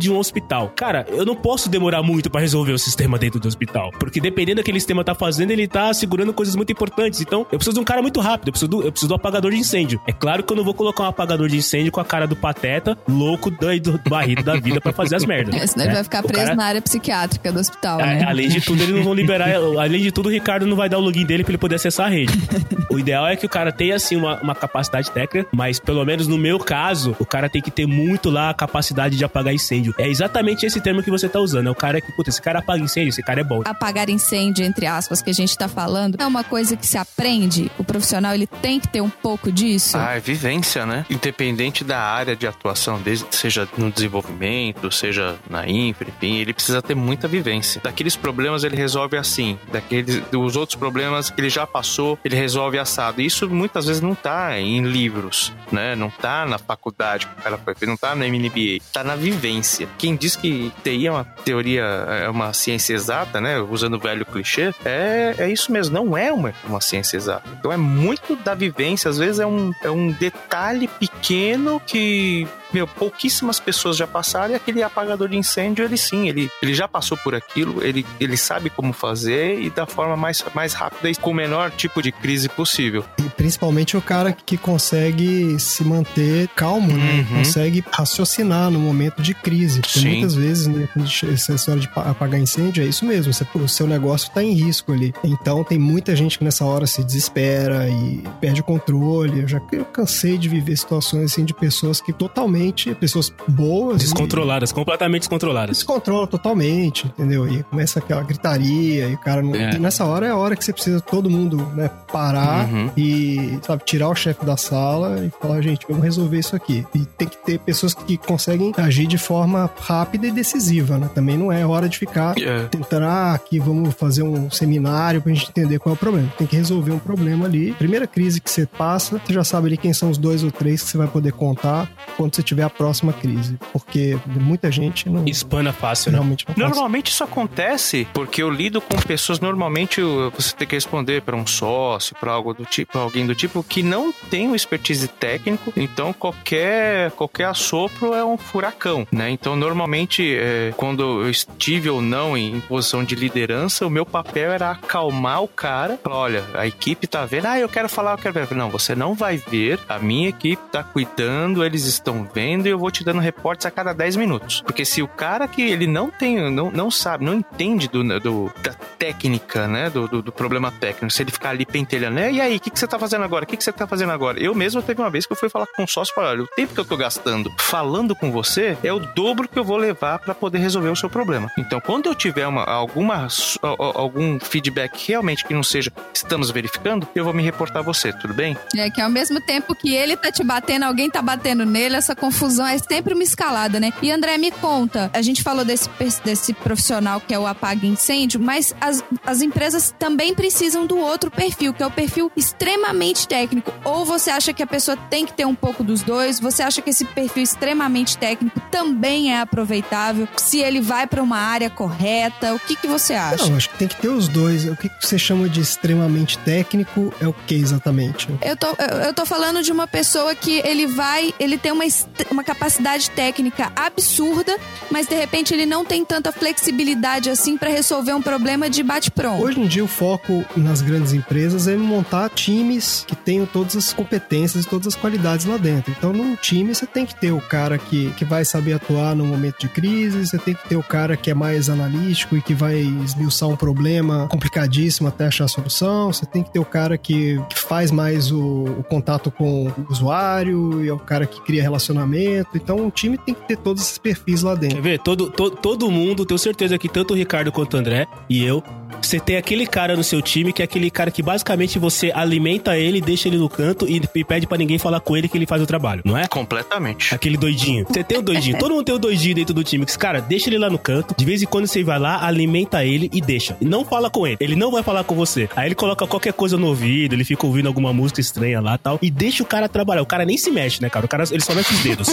de um hospital. Cara, eu não posso demorar muito pra resolver o sistema dentro do hospital, porque dependendo do que aquele sistema tá fazendo, ele tá segurando coisas muito importantes. Então, eu preciso de um cara muito rápido, eu preciso do, eu preciso do apagador de incêndio. É claro que eu não vou colocar um apagador de incêndio com a cara do Pateta, louco, doido, barrido da vida pra fazer as merdas. É, senão ele né? vai ficar O preso cara... na área psiquiátrica do hospital, A, né? Além de tudo, eles não vão liberar. Além de tudo, o Ricardo não vai dar o login dele pra ele poder acessar a rede. O ideal é que o cara tenha, assim, uma, uma capacidade técnica, mas pelo menos no meu caso, o cara tem que ter muito lá a capacidade de apagar incêndio. É exatamente esse termo que você tá usando. É o cara que, puta, esse cara apaga incêndio, esse cara é bom. Apagar incêndio, entre aspas, que a gente tá falando, é uma coisa que se aprende. O profissional, ele tem que ter um pouco disso. Ah, é vivência, né? Independente da área de atuação, desde, seja no desenvolvimento, seja na infra, enfim, ele precisa ter muita vivência. Daqueles problemas ele resolve assim, daqueles, dos outros problemas que ele já passou, ele resolve assado. Isso muitas vezes não tá em livros, né? Não tá na faculdade que o cara foi, não tá na M B A, tá na vivência. Quem diz que T I é uma teoria, é uma ciência exata, né? Usando o velho clichê, é, é isso mesmo, não é uma, uma ciência exata. Então é muito da vivência, às vezes é um, é um detalhe pequeno que... Meu, pouquíssimas pessoas já passaram, e aquele apagador de incêndio, ele sim, ele, ele já passou por aquilo, ele, ele sabe como fazer e da forma mais, mais rápida e com o menor tipo de crise possível. E principalmente o cara que consegue se manter calmo, né? Uhum. Consegue raciocinar no momento de crise. Porque Sim. muitas vezes, né, essa história de apagar incêndio é isso mesmo, você, o seu negócio tá em risco ali. Então tem muita gente que nessa hora se desespera e perde o controle. Eu já eu cansei de viver situações assim de pessoas que totalmente pessoas boas. Descontroladas, e... completamente descontroladas. Descontrola totalmente, entendeu? E começa aquela gritaria e o cara... Não... É. E nessa hora é a hora que você precisa todo mundo, né, parar Uhum. e, sabe, tirar o chefe da sala e falar, gente, vamos resolver isso aqui. E tem que ter pessoas que conseguem agir de forma rápida e decisiva, né? Também não é hora de ficar Yeah. tentando, ah, aqui vamos fazer um seminário pra gente entender qual é o problema. Tem que resolver um problema ali. Primeira crise que você passa, você já sabe ali quem são os dois ou três que você vai poder contar quando você tiver a próxima crise, porque muita gente não... Espana fácil, né? Realmente não faz. Normalmente isso acontece porque eu lido com pessoas, normalmente você tem que responder para um sócio, para algo do tipo, pra alguém do tipo que não tem o expertise técnico, então qualquer, qualquer assopro é um furacão, né? Então normalmente é, quando eu estive ou não em, em posição de liderança, o meu papel era acalmar o cara, falar, olha, a equipe tá vendo, ah, eu quero falar, eu quero ver. Não, você não vai ver, a minha equipe tá cuidando, eles estão vendo e eu vou te dando reportes a cada dez minutos. Porque se o cara que ele não tem, não, não sabe, não entende do, do, da técnica, né, do, do, do problema técnico, se ele ficar ali pentelhando, né, e aí, o que, que você tá fazendo agora? O que, que você tá fazendo agora? Eu mesmo teve uma vez que eu fui falar com um sócio e falei, olha, o tempo que eu tô gastando falando com você é o dobro que eu vou levar pra poder resolver o seu problema. Então, quando eu tiver uma, alguma, algum feedback realmente que não seja estamos verificando, eu vou me reportar a você, tudo bem? É que ao mesmo tempo que ele tá te batendo, alguém tá batendo nele, essa confusão é sempre uma escalada, né? E André, me conta, a gente falou desse, desse profissional que é o apaga incêndio, mas as, as empresas também precisam do outro perfil, que é o perfil extremamente técnico. Ou você acha que a pessoa tem que ter um pouco dos dois? Você acha que esse perfil extremamente técnico também é aproveitável? Se ele vai para uma área correta, o que, que você acha? Não, acho que tem que ter os dois. O que você chama de extremamente técnico é o que exatamente? Eu tô, eu, eu tô falando de uma pessoa que ele vai, ele tem uma, uma capacidade técnica absurda, mas de repente ele não tem tanta flexibilidade assim para resolver um problema de bate-pronto. Hoje em dia o foco nas grandes empresas é montar times que tenham todas as competências e todas as qualidades lá dentro. Então num time você tem que ter o cara que, que vai saber atuar no momento de crise, você tem que ter o cara que é mais analítico e que vai esmiuçar um problema complicadíssimo até achar a solução, você tem que ter o cara que, que faz mais o, o contato com o usuário e é o cara que cria relacionamento. Então um time tem que ter todos esses perfis lá dentro. Quer ver? Todo, to, todo mundo, tenho certeza que tanto o Ricardo quanto o André e eu, você tem aquele cara no seu time que é aquele cara que basicamente você alimenta ele, deixa ele no canto e, e pede pra ninguém falar com ele que ele faz o trabalho, não é? Completamente. Aquele doidinho. Você tem o doidinho. Todo mundo tem o doidinho dentro do time. Que, cara, deixa ele lá no canto. De vez em quando você vai lá, alimenta ele e deixa. E não fala com ele. Ele não vai falar com você. Aí ele coloca qualquer coisa no ouvido, ele fica ouvindo alguma música estranha lá e tal. E deixa o cara trabalhar. O cara nem se mexe, né, cara? O cara, ele só mexe os dedos.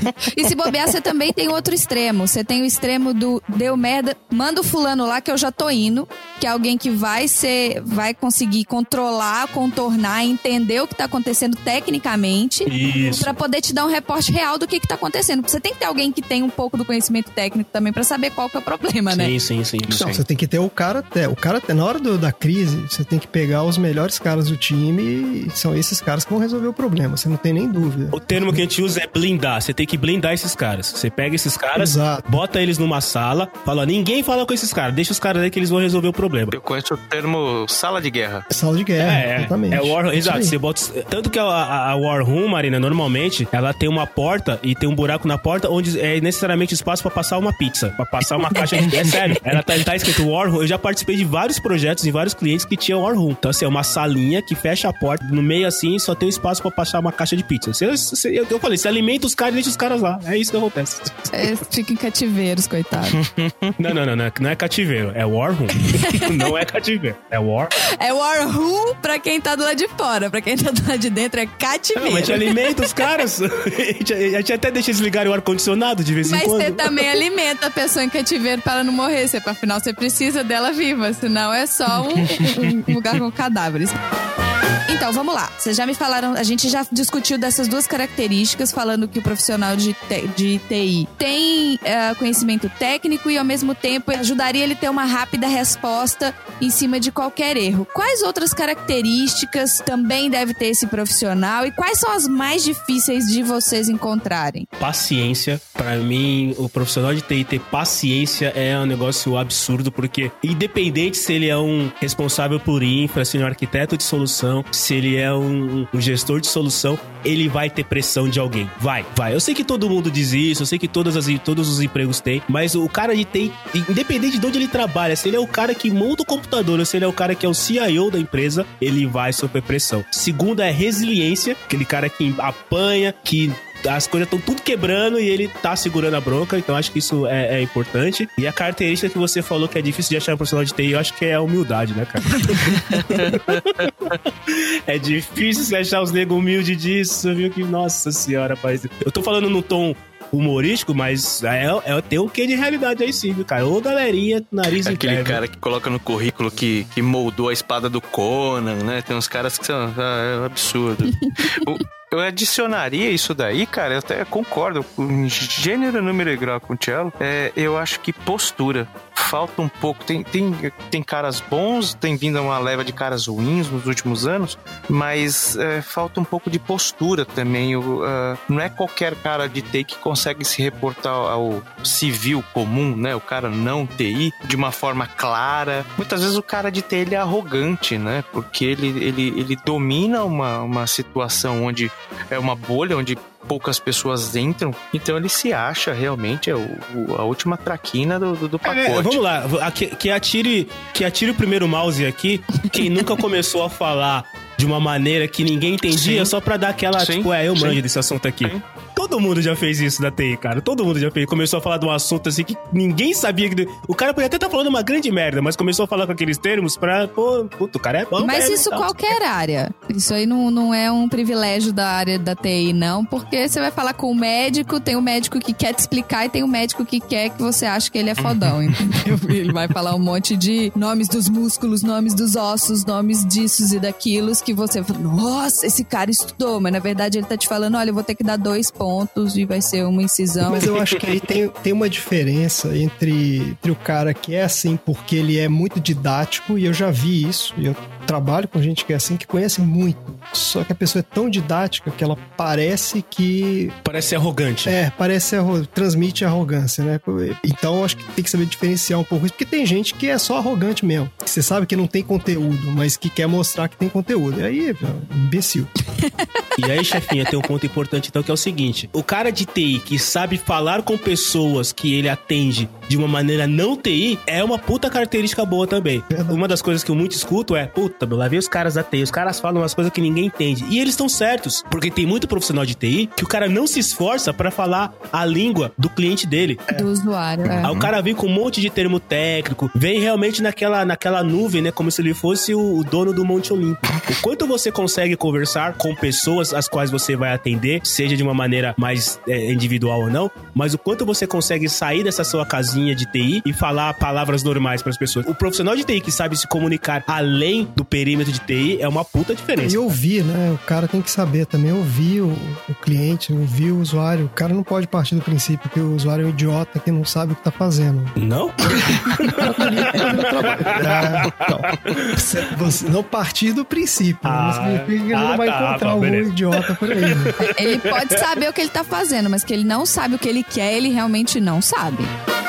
E se bobear, você também tem outro extremo. Você tem o extremo do deu merda, manda o fulano lá que eu já tô indo. que é alguém que vai ser, vai conseguir controlar, contornar, entender o que tá acontecendo tecnicamente. Isso. Pra poder te dar um reporte real do que que tá acontecendo. Você tem que ter alguém que tem um pouco do conhecimento técnico também pra saber qual que é o problema, né? Sim, sim, sim. Não, sim. você tem que ter o cara até. O cara até, na hora do, da crise, você tem que pegar os melhores caras do time e são esses caras que vão resolver o problema. Você não tem nem dúvida. O termo que a gente usa é blindar. Você tem que blindar esses caras. Você pega esses caras, Exato. bota eles numa sala, fala, ninguém fala com esses caras, deixa os caras aí que eles vão resolver o problema. Eu conheço o termo sala de guerra. Sala de guerra, É, exatamente. é War, Isso exato. aí. Você bota, tanto que a, a, a War Room, Marina, normalmente, ela tem uma porta e tem um buraco na porta onde é necessariamente espaço pra passar uma pizza, pra passar uma caixa de... É sério, ela tá, tá escrito War Room. Eu já participei de vários projetos e vários clientes que tinham War Room. Então, assim, é uma salinha que fecha a porta, no meio assim, só tem um espaço pra passar uma caixa de pizza. Você, você, eu, eu falei, você alimenta os caras e deixa os caras lá. É isso que acontece. É, fica em cativeiros, coitado. Não, não, não, não é, não é cativeiro, é War Room. Não é cativeiro, é War. É War Room pra quem tá do lado de fora. Pra quem tá do lado de dentro é cativeiro. Não, mas a gente alimenta os caras. A gente, a gente até deixa eles ligarem o ar-condicionado de vez em Mas quando. você também alimenta a pessoa em cativeiro para ela não morrer. Você, afinal, você precisa dela viva. Senão é só um, um- um lugar com cadáveres. Então, vamos lá. Vocês já me falaram... A gente já discutiu dessas duas características, falando que o profissional de, te- de T I tem eh, conhecimento técnico e, ao mesmo tempo, ajudaria ele a ter uma rápida resposta em cima de qualquer erro. Quais outras características também deve ter esse profissional e quais são as mais difíceis de vocês encontrarem? Paciência. Pra mim, o profissional de T I ter paciência é um negócio absurdo, porque independente se ele é um responsável por infra, se ele é um arquiteto de solução, se ele é um, um gestor de solução, ele vai ter pressão de alguém. Vai, vai. Eu sei que todo mundo diz isso, eu sei que todas as, todos os empregos têm, mas o cara de T I, independente de onde ele trabalha, se ele é o cara que monta o computador ou se ele é o cara que é o C I O da empresa, ele vai sofrer pressão. Segunda é resiliência, aquele cara que apanha, que as coisas estão tudo quebrando e ele tá segurando a bronca, então acho que isso é, é importante. E a característica que você falou que é difícil de achar um profissional de T I, eu acho que é a humildade, né, cara? É difícil você achar os nego humildes disso, viu? Que, nossa senhora, rapaz. Eu tô falando num tom humorístico, mas é, é, tem um quê de realidade aí sim, viu, cara? Ô, galerinha, nariz em Aquele pé, cara que coloca no currículo que, que moldou a espada do Conan, né? Tem uns caras que são... Ah, é um absurdo. o, eu adicionaria isso daí, cara, eu até concordo com gênero, número e grau com o Cello. É, eu acho que postura falta um pouco. Tem, tem, tem caras bons, tem vindo uma leva de caras ruins nos últimos anos, mas é, falta um pouco de postura também. O, uh, não é qualquer cara de T I que consegue se reportar ao civil comum, né? O cara não T I, de uma forma clara. Muitas vezes o cara de T I ele é arrogante, né? Porque ele, ele, ele domina uma, uma situação onde é uma bolha, onde poucas pessoas entram, então ele se acha realmente é o, o, a última traquina do, do, do pacote. É, vamos lá, que, que, atire, que atire o primeiro mouse aqui, quem nunca começou a falar de uma maneira que ninguém entendia, Sim. só pra dar aquela, Sim. tipo, é, eu manjo Sim. desse assunto aqui. Sim. Todo mundo já fez isso da T I, cara. Todo mundo já fez. Começou a falar de um assunto assim que ninguém sabia que... O cara podia até estar falando uma grande merda, mas começou a falar com aqueles termos pra... Pô, puto, o cara é bom. Mas mesmo, isso tal. qualquer área. Isso aí não, não é um privilégio da área da T I, não. Porque você vai falar com o médico, tem o médico que quer te explicar e tem o médico que quer que você ache que ele é fodão, entendeu? Ele vai falar um monte de nomes dos músculos, nomes dos ossos, nomes disso e daquilos que você fala, nossa, esse cara estudou. Mas na verdade ele tá te falando, olha, eu vou ter que dar dois pontos e vai ser uma incisão. Mas eu acho que aí tem, tem uma diferença entre, entre o cara que é assim porque ele é muito didático, e eu já vi isso, e eu trabalho com gente que é assim, que conhece muito. Só que a pessoa é tão didática que ela parece que... Parece arrogante. É, parece, arro... transmite arrogância, né? Então eu acho que tem que saber diferenciar um pouco isso, porque tem gente que é só arrogante mesmo. Que você sabe que não tem conteúdo, mas que quer mostrar que tem conteúdo. E aí, é um imbecil. E aí, chefinha, tem um ponto importante então, que é o seguinte: o cara de T I que sabe falar com pessoas que ele atende de uma maneira não T I é uma puta característica boa também. Verdade. Uma das coisas que eu muito escuto é, puta, meu, lá vem os caras da T I, os caras falam umas coisas que ninguém entende. E eles estão certos, porque tem muito profissional de T I que o cara não se esforça pra falar a língua do cliente dele. Do usuário, é. Aí o cara vem com um monte de termo técnico, vem realmente naquela, naquela nuvem, né? Como se ele fosse o, o dono do Monte Olimpo. O quanto você consegue conversar com pessoas as quais você vai atender, seja de uma maneira mais é, individual ou não, mas o quanto você consegue sair dessa sua casinha linguagenzinha de T I e falar palavras normais pras pessoas. O profissional de T I que sabe se comunicar além do perímetro de T I é uma puta diferença. E ouvir, né? O cara tem que saber também ouvir o, o cliente, ouvir o usuário. O cara não pode partir do princípio que o usuário é um idiota que não sabe o que tá fazendo. Não? Ah, não. Você, você não partir do princípio. Ah, não significa que ele ah, não vai tá, encontrar tá, um beleza. idiota por aí. Né? Ele pode saber o que ele tá fazendo, mas que ele não sabe o que ele quer, ele realmente não sabe.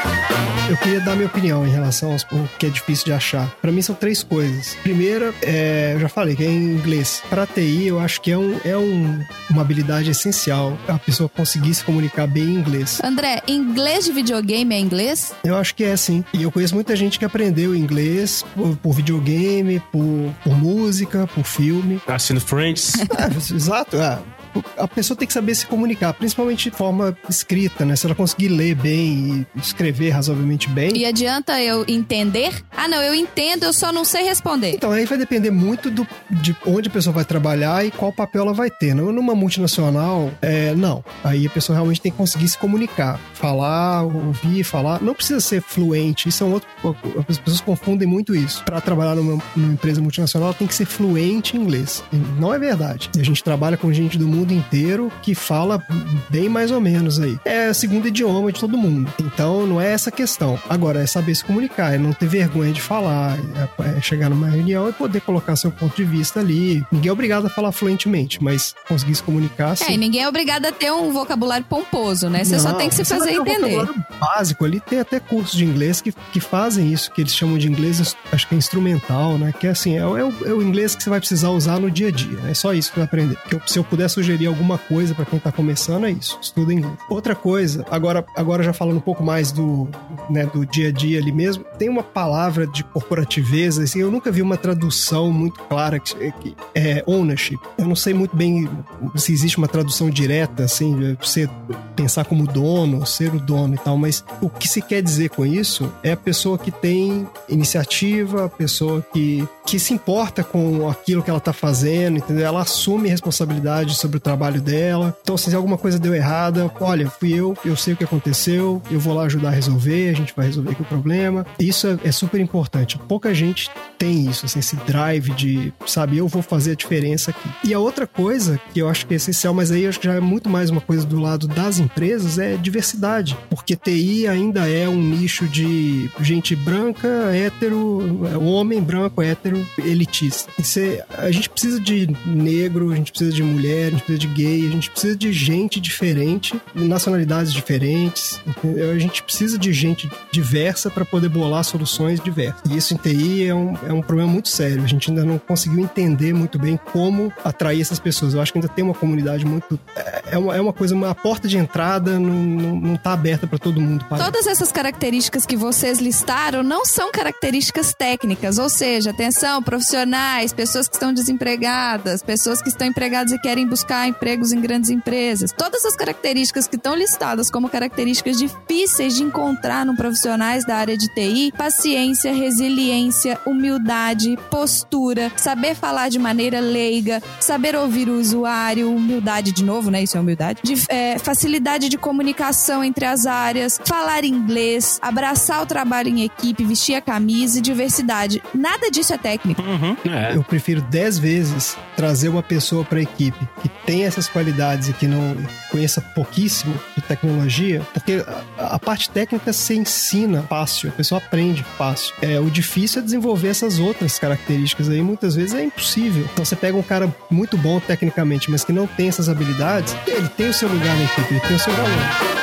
Eu queria dar minha opinião em relação ao que é difícil de achar. Pra mim são três coisas. Primeira, é, eu já falei que é em inglês. Pra T I, eu acho que é, um, é um, uma habilidade essencial a pessoa conseguir se comunicar bem em inglês. André, inglês de videogame é inglês? Eu acho que é, sim. E eu conheço muita gente que aprendeu inglês por, por videogame, por, por música, por filme. Assistindo Friends. É, exato, é. A pessoa tem que saber se comunicar, principalmente de forma escrita, né? Se ela conseguir ler bem e escrever razoavelmente bem. E adianta eu entender? Ah, não, eu entendo, eu só não sei responder. Então, aí vai depender muito do, de onde a pessoa vai trabalhar e qual papel ela vai ter. Numa multinacional, é, não. Aí a pessoa realmente tem que conseguir se comunicar. Falar, ouvir, falar. Não precisa ser fluente. Isso é um outro... As pessoas confundem muito isso. Para trabalhar numa, numa empresa multinacional, tem que ser fluente em inglês. E não é verdade. E a gente trabalha com gente do mundo inteiro que fala bem mais ou menos aí. É o segundo idioma de todo mundo. Então, não é essa questão. Agora, é saber se comunicar, é não ter vergonha de falar, é, é chegar numa reunião e poder colocar seu ponto de vista ali. Ninguém é obrigado a falar fluentemente, mas conseguir se comunicar, sim. É, e ninguém é obrigado a ter um vocabulário pomposo, né? Você não, só tem que se fazer um entender. Básico ali, tem até cursos de inglês que, que fazem isso, que eles chamam de inglês, acho que é instrumental, né? Que é assim, é, é, o, é o inglês que você vai precisar usar no dia a dia. É só isso que você vai aprender. Que eu, se eu puder sugerir alguma coisa pra quem tá começando, é isso. Estuda inglês. Outra coisa, agora, agora já falando um pouco mais do, né, do dia a dia ali mesmo, tem uma palavra de corporativeza, assim, eu nunca vi uma tradução muito clara que, que é ownership. Eu não sei muito bem se existe uma tradução direta, assim, você pensar como dono, ser o dono e tal, mas o que se quer dizer com isso é a pessoa que tem iniciativa, a pessoa que, que se importa com aquilo que ela tá fazendo, entendeu? Ela assume responsabilidade sobre o trabalho dela. Então, se alguma coisa deu errada, olha, fui eu, eu sei o que aconteceu, eu vou lá ajudar a resolver, a gente vai resolver aqui o problema. Isso é, é super importante. Pouca gente tem isso, assim, esse drive de, sabe, eu vou fazer a diferença aqui. E a outra coisa que eu acho que é essencial, mas aí eu acho que já é muito mais uma coisa do lado das empresas, é diversidade. Porque T I ainda é um nicho de gente branca, hétero, homem branco, hétero, elitista. E cê, a gente precisa de negro, a gente precisa de mulher, a gente precisa de gay, a gente precisa de gente diferente, nacionalidades diferentes, entendeu? A gente precisa de gente diversa para poder bolar soluções diversas. E isso em T I é um, é um problema muito sério. A gente ainda não conseguiu entender muito bem como atrair essas pessoas. Eu acho que ainda tem uma comunidade muito... É uma, é uma coisa, uma porta de entrada não, não, não tá aberta para todo mundo. Para... Todas essas características que vocês listaram não são características técnicas, ou seja, atenção, profissionais, pessoas que estão desempregadas, pessoas que estão empregadas e querem buscar empregos em grandes empresas. Todas as características que estão listadas como características difíceis de encontrar no profissionais da área de T I, paciência, resiliência, humildade, postura, saber falar de maneira leiga, saber ouvir o usuário, humildade de novo, né? Isso é humildade. De, é, facilidade de comunicação entre as áreas, falar inglês, abraçar o trabalho em equipe, vestir a camisa e diversidade. Nada disso é técnico. Uhum, é. Eu prefiro dez vezes trazer uma pessoa para a equipe que tem essas qualidades e que não conheça pouquíssimo de tecnologia, porque a, a parte técnica se ensina fácil, a pessoa aprende fácil. É, o difícil é desenvolver essas outras características aí, muitas vezes é impossível. Então você pega um cara muito bom tecnicamente, mas que não tem essas habilidades, ele tem o seu lugar na equipe, ele tem o seu valor.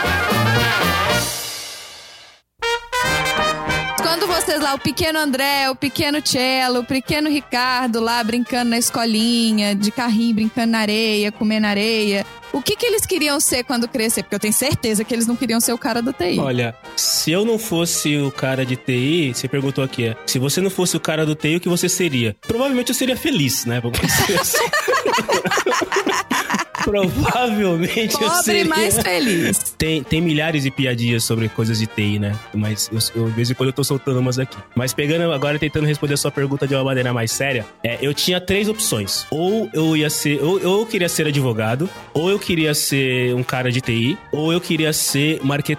Vocês lá, o pequeno André, o pequeno Cello, o pequeno Ricardo lá brincando na escolinha, de carrinho, brincando na areia, comendo areia. O que que eles queriam ser quando crescer? Porque eu tenho certeza que eles não queriam ser o cara do T I. Olha, se eu não fosse o cara de T I, você perguntou aqui, é, se você não fosse o cara do T I, o que você seria? Provavelmente eu seria feliz, né? Vamos dizer assim. Provavelmente Pobre, eu seria... mais feliz. Tem, tem milhares de piadinhas sobre coisas de T I, né? Mas eu, eu, de vez em quando eu tô soltando umas aqui. Mas pegando agora, tentando responder a sua pergunta de uma maneira mais séria, é, eu tinha três opções. Ou eu ia ser... Ou, ou eu queria ser advogado, ou eu queria ser um cara de T I, ou eu queria ser marqueteiro.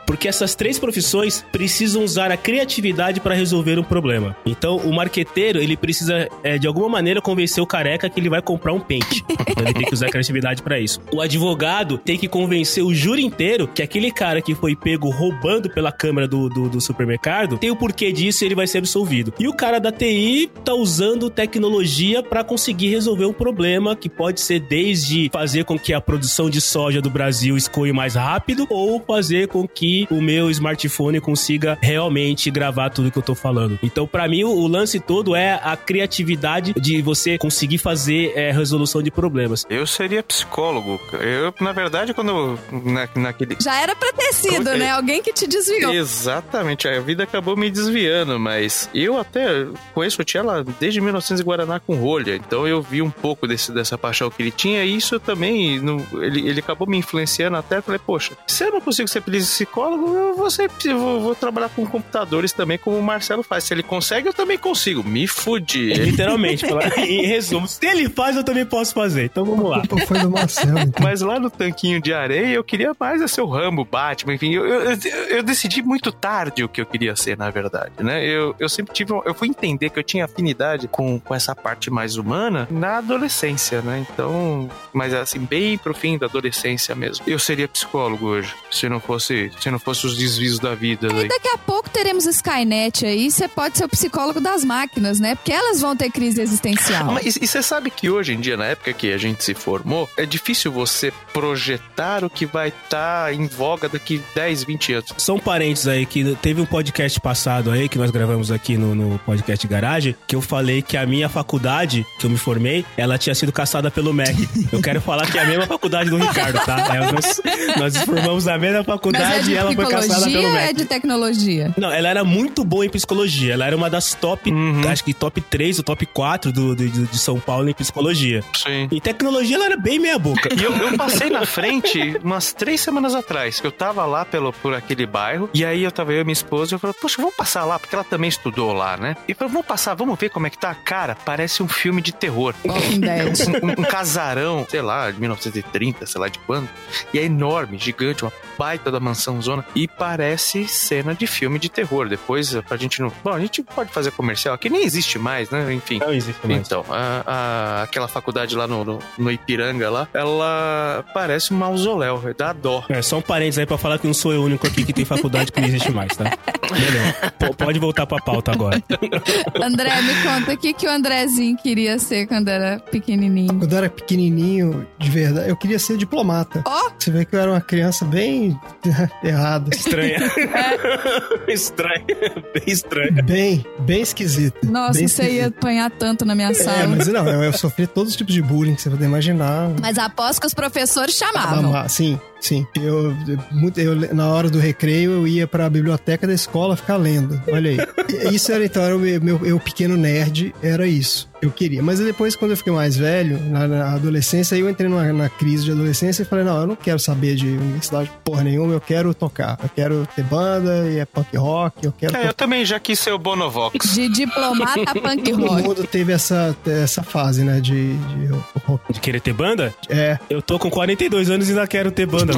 Porque essas três profissões precisam usar a criatividade para resolver um problema. Então, o marqueteiro, ele precisa, é, de alguma maneira, convencer o careca que ele vai comprar um pente. Então, ele tem que usar a criatividade para isso. O advogado tem que convencer o júri inteiro que aquele cara que foi pego roubando pela câmera do, do, do supermercado tem o porquê disso e ele vai ser absolvido. E o cara da T I tá usando tecnologia para conseguir resolver um problema que pode ser desde fazer com que a produção de soja do Brasil escoe mais rápido ou fazer com que o meu smartphone consiga realmente gravar tudo que eu tô falando. Então, para mim, o lance todo é a criatividade de você conseguir fazer é, resolução de problemas. Eu seria psicólogo. Eu, na verdade, quando eu, na, naquele... Já era pra ter sido, eu, né? Alguém que te desviou. Exatamente. A vida acabou me desviando, mas eu até conheço o Tchela desde mil e novecentos e Guaraná com rolha. Então, eu vi um pouco desse, dessa paixão que ele tinha e isso também, no, ele, ele acabou me influenciando até. Falei, poxa, se eu não consigo ser psicólogo, eu vou, ser, vou, vou trabalhar com computadores também, como o Marcelo faz. Se ele consegue, eu também consigo. Me fudi. É, literalmente. Em resumo, se ele faz, eu também posso fazer. Então vamos lá. Foi do Marcelo. Então. Mas lá no tanquinho de areia, eu queria mais a ser o Rambo, Batman, enfim. Eu, eu, eu decidi muito tarde o que eu queria ser, na verdade, né? Eu, eu sempre tive... Eu fui entender que eu tinha afinidade com, com essa parte mais humana na adolescência, né? Então... Mas assim, bem pro fim da adolescência mesmo. Eu seria psicólogo hoje, se não fosse, se não fosse os desvios da vida. E daqui a pouco teremos Skynet aí, você pode ser o psicólogo das máquinas, né? Porque elas vão ter crise existencial. Mas, e você sabe que hoje em dia, na época que a gente se formou, é difícil você projetar o que vai estar tá em voga daqui dez, vinte anos. São parentes aí que teve um podcast passado aí, que nós gravamos aqui no, no podcast Garagem, que eu falei que a minha faculdade, que eu me formei, ela tinha sido caçada pelo M E C. Eu quero falar que é a mesma faculdade do Ricardo, tá? É, nós, nós formamos na mesma faculdade é e ela foi caçada pelo M E C. Ou é de tecnologia? Não, ela era muito boa em psicologia. Ela era uma das top, uhum. acho que top três ou top quatro do, do, de São Paulo em psicologia. Sim. Em tecnologia ela era bem meia boca. E eu, eu passei na frente umas três semanas atrás. Eu tava lá pelo, por aquele bairro e aí eu tava eu e minha esposa e eu falei, poxa, vamos passar lá, porque ela também estudou lá, né? E falei, vamos passar, vamos ver como é que tá. Cara, parece um filme de terror. Walking Dead. Um, um, um casarão, sei lá, de mil novecentos e trinta, sei lá de quando. E é enorme, gigante, uma baita da mansão zona. E parece cena de filme de terror. Depois, pra gente não... Bom, a gente pode fazer comercial, que nem existe mais, né? Enfim. Não existe mais. Então, a, a, aquela faculdade lá no, no, no Ipiranga lá, ela parece um mausoléu, dá dó. É, só um parênteses aí pra falar que não sou eu o único aqui que tem faculdade que não existe mais, tá? Beleza. Pode voltar pra pauta agora. André, me conta, o que, que o Andrezinho queria ser quando era pequenininho? Quando eu era pequenininho, de verdade, eu queria ser diplomata. Ó! Oh. Você vê que eu era uma criança bem errada. Estranha. É. Estranha. Bem estranha. Bem, bem esquisita. Nossa, bem você esquisita. Ia apanhar tanto na minha sala. É, mas não, eu, eu sofri todos os tipos de bullying que você pode imaginar. Mas aposto que os professores chamavam. Ah, sim. Sim, eu, muito, eu na hora do recreio eu ia pra biblioteca da escola ficar lendo, olha aí. Isso era então, era o meu, eu pequeno nerd, era isso, eu queria. Mas depois, quando eu fiquei mais velho, na, na adolescência, aí eu entrei numa, na crise de adolescência e falei, não, eu não quero saber de universidade porra nenhuma, eu quero tocar, eu quero ter banda, e é punk rock, eu quero... É, tocar. Eu também já quis ser o Bonovox. De diplomata punk rock. Todo mundo teve essa, essa fase, né, de, de rock. De querer ter banda? É. Eu tô com quarenta e dois anos e ainda quero ter banda, velho.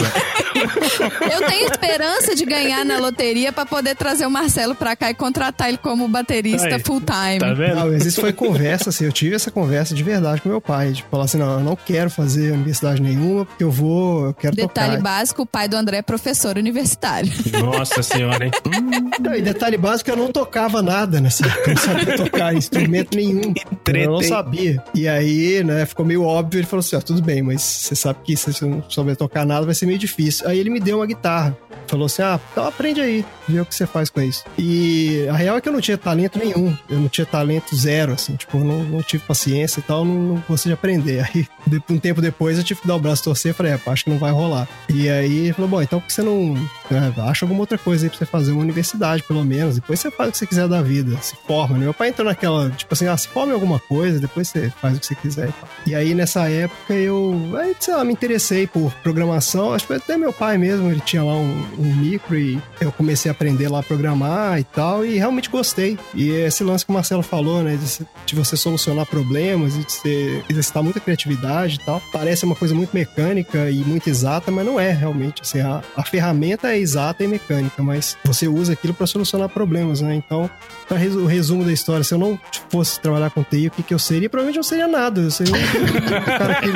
Eu tenho esperança de ganhar na loteria pra poder trazer o Marcelo pra cá e contratar ele como baterista aí, full time. Tá vendo? Não, mas isso foi conversa, assim, eu tive essa conversa de verdade com meu pai, de falar assim, não, eu não quero fazer universidade nenhuma, porque eu vou, eu quero detalhe tocar. Detalhe básico, o pai do André é professor universitário. Nossa senhora, hein? E detalhe básico, eu não tocava nada nessa época, eu não sabia tocar instrumento nenhum. Eu não sabia. E aí, né, ficou meio óbvio, ele falou assim, ó, tudo bem, mas você sabe que se você não souber tocar nada, vai ser meio difícil. Aí ele me deu uma guitarra. Falou assim, ah, então aprende aí, vê o que você faz com isso. E a real é que eu não tinha talento nenhum. Eu não tinha talento zero, assim. Tipo, eu não, não tive paciência e tal, não, não gostei de aprender. Aí, um tempo depois, eu tive que dar o braço a torcer e falei, é, acho que não vai rolar. E aí, ele falou, bom, então por que você não... É, acha alguma outra coisa aí pra você fazer uma universidade, pelo menos. Depois você faz o que você quiser da vida. Se forma, né? Meu pai entrou naquela, tipo assim, ah, se forma em alguma coisa, depois você faz o que você quiser e tal. E aí, nessa época, eu, aí, sei lá, me interessei por programação. Acho que até meu pai mesmo, ele tinha lá um, um micro e eu comecei a aprender lá a programar e tal, e realmente gostei. E esse lance que o Marcelo falou, né, de, de você solucionar problemas e de você exercitar muita criatividade e tal, parece uma coisa muito mecânica e muito exata, mas não é realmente, assim, a, a ferramenta é exata e mecânica, mas você usa aquilo para solucionar problemas, né? Então, para res- o resumo da história, se eu não fosse trabalhar com T I, o que, que eu seria? Provavelmente eu não seria nada. Eu seria um cara que...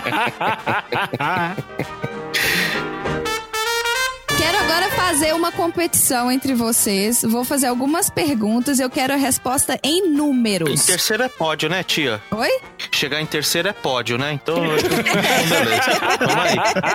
Quero agora fazer uma competição entre vocês. Vou fazer algumas perguntas e eu quero a resposta em Em números. terceiro é pódio, né, tia? Oi? Chegar em terceiro é pódio, né? Então, beleza. Vamos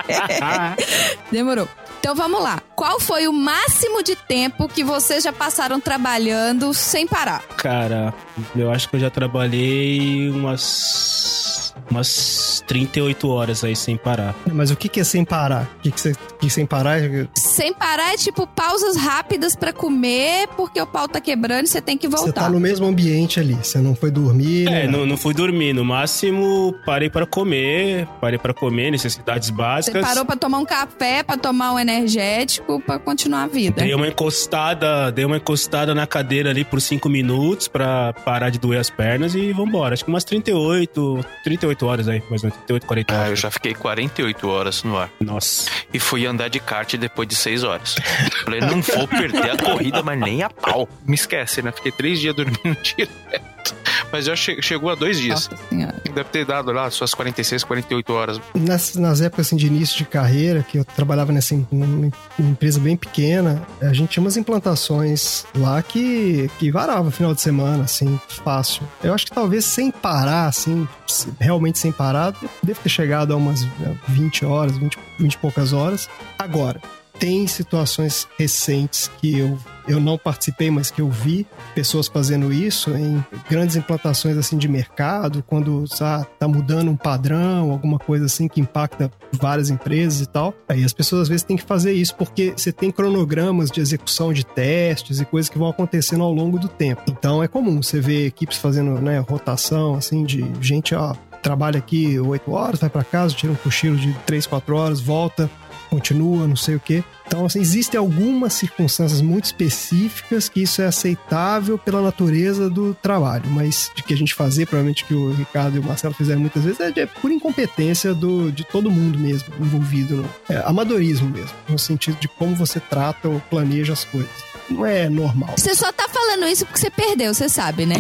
aí. Demorou. Então vamos lá. Qual foi o máximo de tempo que vocês já passaram trabalhando sem parar? Cara, eu acho que eu já trabalhei umas... Umas trinta e oito horas aí sem parar. Mas o que, que é sem parar? O que, que, você, que sem parar? Sem parar é tipo pausas rápidas pra comer, porque o pau tá quebrando e você tem que voltar. Você tá no mesmo ambiente ali. Você não foi dormir. É, né? não, não fui dormir. No máximo, parei pra comer. Parei pra comer, necessidades Você básicas. parou pra tomar um café, pra tomar um energético, pra continuar a vida. Dei uma encostada, dei uma encostada na cadeira ali por cinco minutos pra parar de doer as pernas e vambora. Acho que umas trinta e oito, trinta e oito horas aí, mais ou menos, trinta e oito, quarenta Ah, horas. eu já fiquei quarenta e oito horas no ar. Nossa. E fui andar de kart depois de seis horas. Falei, não vou perder a corrida, mas nem a pau. Me esquece, né? Fiquei três dias dormindo direto. Mas já che- chegou a dois dias. Nossa senhora. Deve ter dado lá suas quarenta e seis, quarenta e oito horas. Nas, nas épocas assim, de início de carreira, que eu trabalhava nessa em- numa empresa bem pequena, a gente tinha umas implantações lá que, que varava final de semana, assim, fácil. Eu acho que talvez sem parar, assim, se- realmente sem parar, deve ter chegado a umas né, vinte horas, vinte, vinte e poucas horas. Agora, tem situações recentes que eu, eu não participei, mas que eu vi pessoas fazendo isso em grandes implantações assim de mercado, quando ah, tá mudando um padrão, alguma coisa assim que impacta várias empresas e tal. Aí as pessoas às vezes têm que fazer isso porque você tem cronogramas de execução de testes e coisas que vão acontecendo ao longo do tempo. Então é comum você ver equipes fazendo, né, rotação assim de gente, ó, trabalha aqui oito horas, vai pra casa, tira um cochilo de três, quatro horas, volta, continua, não sei o quê. Então, assim, existem algumas circunstâncias muito específicas que isso é aceitável pela natureza do trabalho, mas de que a gente fazer, provavelmente que o Ricardo e o Marcelo fizeram muitas vezes, é, é por incompetência do, de todo mundo mesmo envolvido, no, é, amadorismo mesmo, no sentido de como você trata ou planeja as coisas. Não é normal. Você só tá falando isso porque você perdeu, você sabe, né?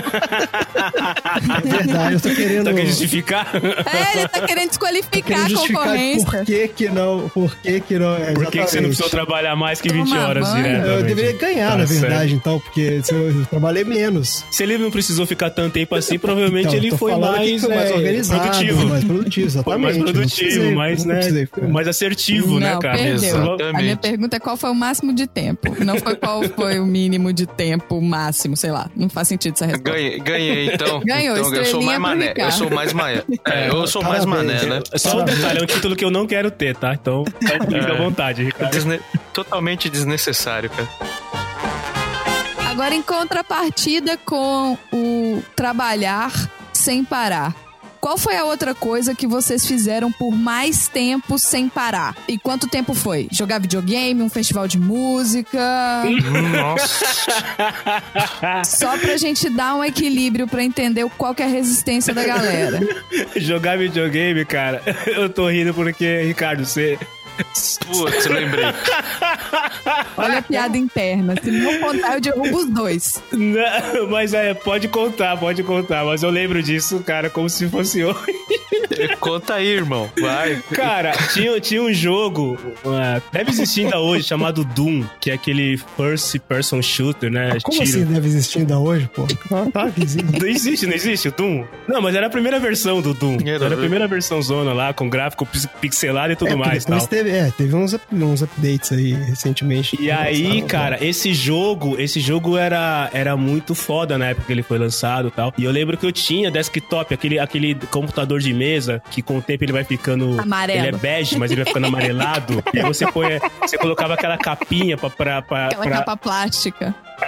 É verdade, eu tô querendo... Tá querendo justificar? É, ele tá querendo desqualificar querendo a justificar concorrência. por que que não, por que que não... É, Por que, que você não exatamente. precisou trabalhar mais que vinte Toma horas banho. direto? Eu deveria ganhar, Tá na certo. verdade, então, porque se eu, eu trabalhei menos. Se ele não precisou ficar tanto tempo assim, provavelmente Então, eu ele tô foi falando aqui mais, que foi mais é, organizado, produtivo. mais produtivo, exatamente. Foi mais Não produtivo, precisei- mais, não né, precisei ficar. mais assertivo, né, Não, cara? perdeu. Exatamente. A minha pergunta é qual foi o máximo de tempo. Não foi qual foi o mínimo de tempo máximo, sei lá. Não faz sentido essa resposta. Ganhei, ganhei então. Ganhou, então eu sou estrelinha mais pro mané. Eu Ricardo. sou mais mané. É, eu sou mais Parabéns. mané, né? É só um detalhe, é um título que eu não quero ter, tá? Então, fica à vontade, Ricardo. Desne- Totalmente desnecessário, cara. Agora, em contrapartida com o trabalhar sem parar, qual foi a outra coisa que vocês fizeram por mais tempo sem parar? E quanto tempo foi? Jogar videogame, um festival de música? Nossa. Só pra gente dar um equilíbrio pra entender qual que é a resistência da galera. Jogar videogame, cara, eu tô rindo porque, Ricardo, você... Putz, lembrei. Olha a piada interna. Se não contar, eu derrubo os dois. Não, mas é, pode contar, pode contar. Mas eu lembro disso, cara, como se fosse hoje. Conta aí, irmão. Vai. Cara, tinha, tinha um jogo, uh, deve existir ainda hoje, chamado Doom, que é aquele first person shooter, né? Como assim deve existir ainda hoje, pô? Ah, tá, que existe. Não existe, não existe o Doom? Não, mas era a primeira versão do Doom. Era, Era a primeira versão zona lá, com gráfico pix- pixelado e tudo É, porque mais. depois Tal. teve, é, teve uns, up- uns updates aí recentemente. E aí, Lançaram, cara, esse jogo, esse jogo era, era muito foda na época que ele foi lançado e tal. E eu lembro que eu tinha desktop, aquele, aquele computador de mesa, que com o tempo ele vai ficando... Amarelo. Ele é bege, mas ele vai ficando amarelado. E aí você põe, você colocava aquela capinha pra... pra, pra, Aquela pra- capa plástica.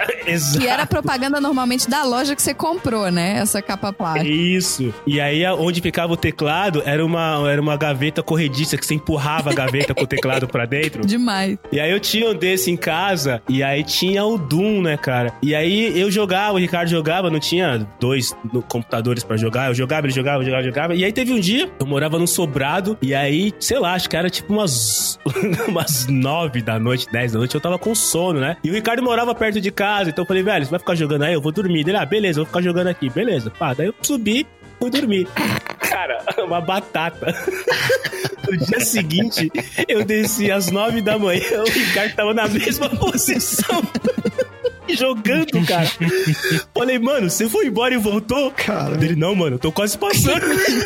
Exato. Que era a propaganda normalmente da loja que você comprou, né? Essa capa plástica. Isso. E aí, onde ficava o teclado, era uma, era uma gaveta corrediça, que você empurrava a gaveta com o teclado pra dentro. Demais. E aí eu tinha um desse em casa, e aí tinha o Doom, né, cara? E aí eu jogava, o Ricardo jogava, não tinha dois computadores pra jogar, eu jogava, ele jogava, eu jogava, eu jogava. E aí teve um dia, eu morava num sobrado, e aí, sei lá, acho que era tipo umas, umas nove da noite, dez da noite, eu tava com sono, né? E o Ricardo morava perto de casa, então eu falei, velho, você vai ficar jogando aí? Eu vou dormir. Ele, ah, beleza, eu vou ficar jogando aqui, beleza. Pá, daí eu subi, fui dormir. Cara, uma batata. No dia seguinte, eu desci às nove da manhã, o Ricardo tava na mesma posição. Jogando, cara. Falei, mano, você foi embora e voltou? Cara. Ele, não, mano, eu tô quase passando.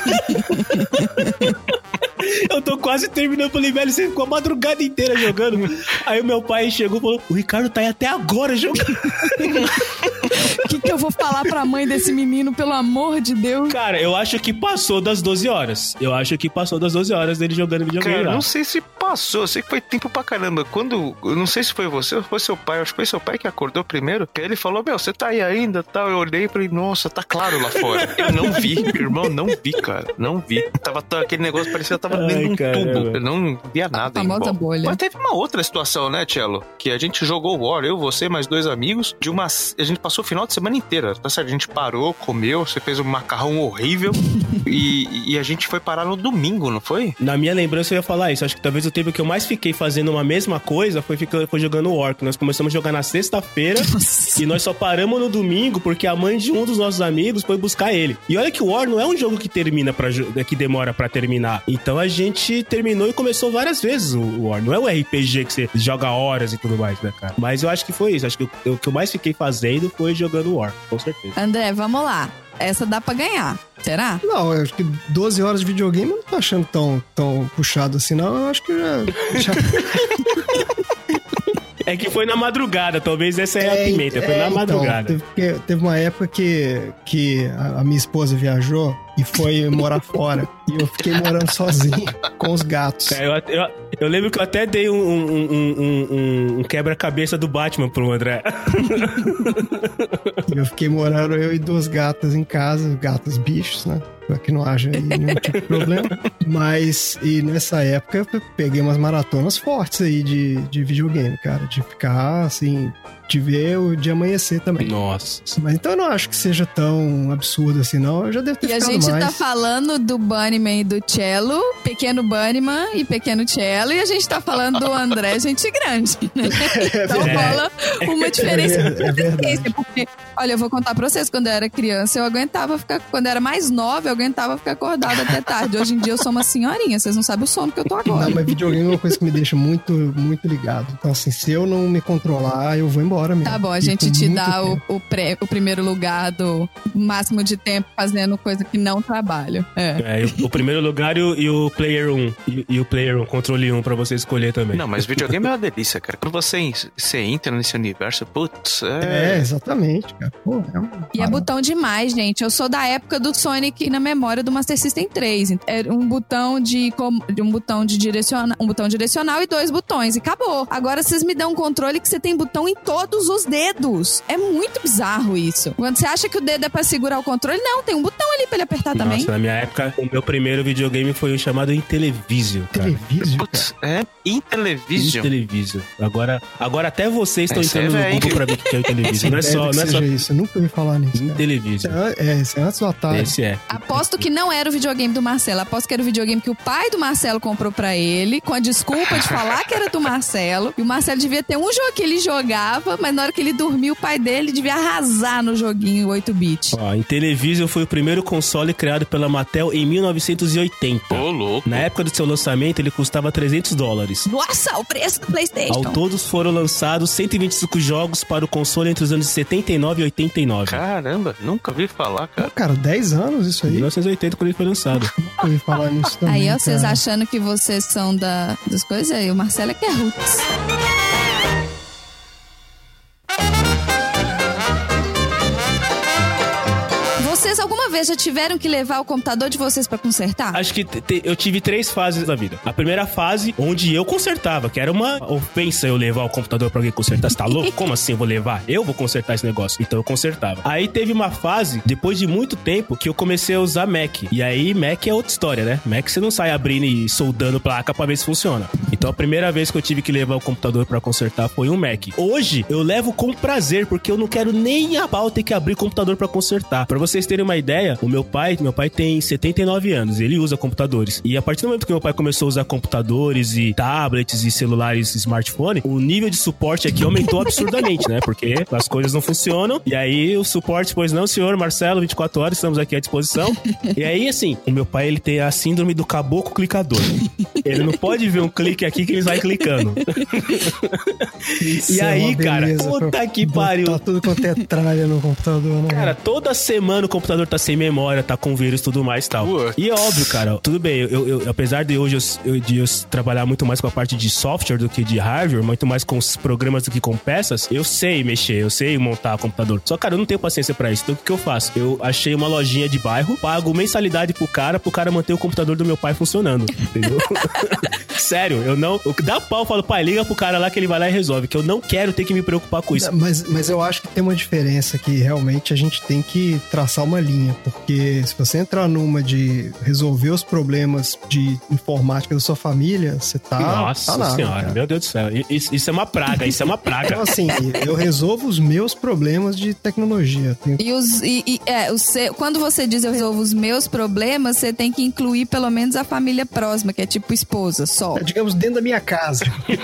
Eu tô quase terminando. Falei, velho, você ficou a madrugada inteira jogando. Aí o meu pai chegou e falou, o Ricardo tá aí até agora jogando. O que, que eu vou falar pra mãe desse menino, pelo amor de Deus? Cara, eu acho que passou das doze horas. Eu acho que passou das doze horas dele jogando videogame. Cara, lá. Não sei se passou, eu sei que foi tempo pra caramba. Quando, eu não sei se foi você ou foi seu pai, acho que foi seu pai que acordou primeiro, que aí ele falou, meu, você tá aí ainda, tal. Eu olhei e falei, nossa, tá claro lá fora. Eu não vi, meu irmão, não vi, cara, não vi. Tava, tava aquele negócio, parecia que tava dentro de um caramba. tubo. Eu não via nada. A famosa bolha. Mas teve uma outra situação, né, Cello? Que a gente jogou War, eu, você, mais dois amigos, de uma... A gente passou o final de semana inteira, tá certo? A gente parou, comeu, você fez um macarrão horrível e, e a gente foi parar no domingo, não foi? Na minha lembrança eu ia falar isso. Acho que talvez o tempo que eu mais fiquei fazendo uma mesma coisa foi, ficar, foi jogando War. Que nós começamos a jogar na sexta-feira e nós só paramos no domingo porque a mãe de um dos nossos amigos foi buscar ele. E olha que o War não é um jogo que termina pra, que demora pra terminar. Então a gente terminou e começou várias vezes o War. Não é o R P G que você joga horas e tudo mais, né, cara? Mas eu acho que foi isso. Acho que o, o que eu mais fiquei fazendo foi jogando War, com certeza. André, vamos lá. Essa dá pra ganhar. Será? Não, eu acho que doze horas de videogame eu não tô achando tão, tão puxado assim, não. Eu acho que já... já... É que foi na madrugada, talvez essa é a é, pimenta, foi é, na madrugada. Então, teve, teve uma época que, que a, a minha esposa viajou e foi morar fora. E eu fiquei morando sozinho com os gatos. É, eu, eu, eu lembro que eu até dei um, um, um, um, um quebra-cabeça do Batman pro André. Eu fiquei morando eu e duas gatas em casa, gatos bichos, né? Pra que não haja nenhum tipo de problema. Mas, e nessa época, eu peguei umas maratonas fortes aí de, de videogame, cara. De ficar, assim, de ver o de amanhecer também. Nossa. Mas então eu não acho que seja tão absurdo assim, não. Eu já devo ter e ficado mais. E a gente tá falando do Bunnyman e do Cello, pequeno Bunnyman e pequeno Cello, e a gente tá falando do André, gente grande, né? Então rola uma diferença. É, é verdade. Porque, olha, eu vou contar pra vocês, quando eu era criança, eu aguentava ficar, quando eu era mais nova, eu aguentava ficar acordada até tarde. Hoje em dia eu sou uma senhorinha, vocês não sabem o sono que eu tô agora. Não, mas videogame é uma coisa que me deixa muito, muito ligado. Então, assim, se eu não me controlar, eu vou embora mesmo. Tá bom, a gente te dá o, o, pré, o primeiro lugar do máximo de tempo fazendo coisa que não trabalho. É, é o, o primeiro lugar e o, e o Player um. E, e o Player um, controle um, pra você escolher também. Não, mas videogame é uma delícia, cara. Quando você, você entra nesse universo, putz, é... É, exatamente, cara. Pô, é um... E é botão demais, gente. Eu sou da época do Sonic na memória do Master System três. Era um botão de, um botão de direcional, um botão direcional e dois botões. E acabou. Agora vocês me dão um controle que você tem botão em todos os dedos. É muito bizarro isso. Quando você acha que o dedo é pra segurar o controle, não, tem um botão ali pra ele apertar Nossa, também. Na minha época, o meu primeiro videogame foi o chamado Intellivision. Intellivision? Putz, é? Intellivision? Intellivision. Agora, agora até vocês estão Essa entrando é no Google pra ver o que é o Intellivision. Não é só... Não é só... isso. Eu nunca ouvi falar nisso. Intellivision. É, esse é antes do Atari. Esse é. Aposto que não era o videogame do Marcelo. Aposto que era o videogame que o pai do Marcelo comprou pra ele, com a desculpa de falar que era do Marcelo. E o Marcelo devia ter um jogo que ele jogava, mas na hora que ele dormiu, o pai dele devia arrasar no joguinho oito bit. Ó, Intellivision foi o primeiro console criado pela Mattel em mil novecentos e oitenta. Ô, louco. Na época do seu lançamento, ele custava trezentos dólares. Nossa, o preço do PlayStation. Ao todos foram lançados cento e vinte e cinco jogos para o console entre os anos de setenta e nove e oitenta e nove. Caramba, nunca vi falar, cara. Pô, cara, dez anos isso aí? mil novecentos e oitenta, quando ele foi lançado. Nunca ouvi falar nisso também. Aí, ó, vocês cara. achando que vocês são da, das coisas aí, o Marcelo é que é roots. Vocês alguma vez já tiveram que levar o computador de vocês pra consertar? Acho que te, eu tive três fases da vida. A primeira fase, onde eu consertava, que era uma ofensa eu levar o computador pra alguém consertar. Você tá louco? Como assim eu vou levar? Eu vou consertar esse negócio. Então eu consertava. Aí teve uma fase, depois de muito tempo, que eu comecei a usar Mac. E aí Mac é outra história, né? Mac você não sai abrindo e soldando placa pra ver se funciona. Então a primeira vez que eu tive que levar o computador pra consertar foi um Mac. Hoje eu levo com prazer, porque eu não quero nem a pau ter que abrir o computador pra consertar. Pra vocês terem uma ideia, o meu pai, meu pai tem setenta e nove anos, ele usa computadores. E a partir do momento que meu pai começou a usar computadores e tablets e celulares e smartphone, o nível de suporte aqui aumentou absurdamente, né? Porque as coisas não funcionam. E aí o suporte, pois não, senhor Marcelo, vinte e quatro horas, estamos aqui à disposição. E aí, assim, o meu pai, ele tem a síndrome do caboclo clicador. Ele não pode ver um clique aqui que ele vai clicando. E aí, é cara, puta que pariu. Tá tudo quanto é tralha no computador, né? Cara, toda semana o computador tá sem memória, tá com vírus e tudo mais e tal. Ué. E é óbvio, cara, tudo bem, eu, eu, apesar de hoje eu, eu, de eu trabalhar muito mais com a parte de software do que de hardware, muito mais com os programas do que com peças, eu sei mexer, eu sei montar o computador. Só, cara, eu não tenho paciência pra isso. Então, o que, que eu faço? Eu achei uma lojinha de bairro, pago mensalidade pro cara, pro cara manter o computador do meu pai funcionando, entendeu? Sério, eu não... Eu, dá pau, eu falo, pai, liga pro cara lá que ele vai lá e resolve, que eu não quero ter que me preocupar com isso. Mas, mas eu acho que tem uma diferença que realmente a gente tem que traçar uma linha, porque se você entrar numa de resolver os problemas de informática da sua família, você tá... Nossa tá nada, senhora, cara. Meu Deus do céu. Isso, isso é uma praga, isso é uma praga. Então, assim, eu resolvo os meus problemas de tecnologia. Tenho... E, os, e, e é, o seu, quando você diz eu resolvo os meus problemas, você tem que incluir pelo menos a família próxima, que é tipo esposa, só. É, digamos, dentro da minha casa.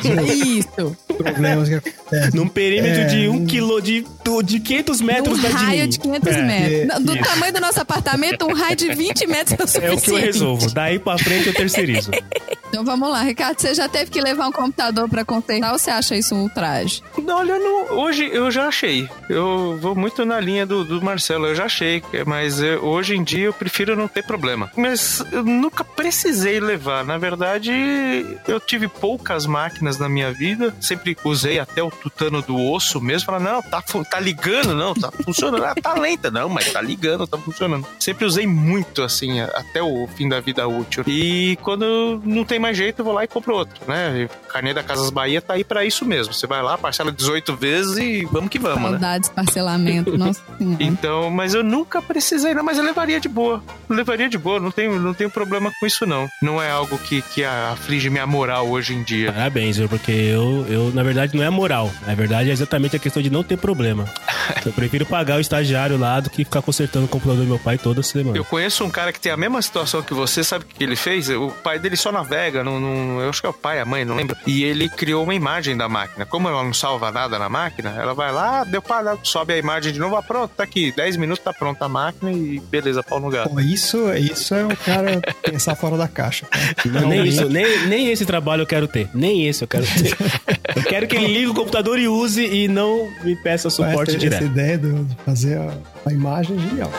Isso. Problemas que acontecem. Num perímetro É, de um um- quilo de, de quinhentos metros Um da de raio mim. de quinhentos É. metros. é, Do isso. tamanho do nosso apartamento, um raio de vinte metros é o suficiente. É o que eu resolvo. Daí pra frente eu terceirizo. Então vamos lá, Ricardo, você já teve que levar um computador pra consertar ou você acha isso um ultraje? Não, olha, não, hoje eu já achei. Eu vou muito na linha do, do Marcelo, eu já achei. Mas eu, hoje em dia eu prefiro não ter problema. Mas eu nunca precisei levar. Na verdade, eu tive poucas máquinas na minha vida. Sempre usei até o tutano do osso mesmo. Falar, não, tá, fu- tá ligando, não, tá funcionando. Ah, tá lenta, não, mas tá ligando, tá funcionando. Sempre usei muito, assim, até o fim da vida útil. E quando não tem mais jeito, eu vou lá e compro outro, né? O carnê da Casas Bahia tá aí pra isso mesmo. Você vai lá, parcela dezoito vezes e vamos que vamos, né? Saudades, parcelamento, nossa senhora. Então, mas eu nunca precisei, não, mas eu levaria de boa. Eu levaria de boa, não tenho, não tenho problema com isso, não. Não é algo que, que aflige minha moral hoje em dia. Parabéns, viu? Porque eu, eu, na verdade, não é moral. Na verdade, é exatamente a questão de não ter problema. Eu prefiro pagar o estagiário lá do que ficar consertando o computador do meu pai toda semana. Eu conheço um cara que tem a mesma situação que você, sabe o que ele fez? O pai dele só navega, não, não, eu acho que é o pai, a mãe, não lembro. E ele criou uma imagem da máquina. Como ela não salva nada na máquina, ela vai lá, deu para, sobe a imagem de novo, ah, pronto, tá aqui, dez minutos tá pronta a máquina e beleza, pau no gato. Pô, isso, isso é o cara pensar fora da caixa. Cara. Não, nem, isso, nem, nem esse trabalho eu quero ter. Nem esse eu quero ter. Eu quero que ele ligue o computador e use e não me peça suporte Essa, direto. essa ideia de fazer a, a imagem é genial.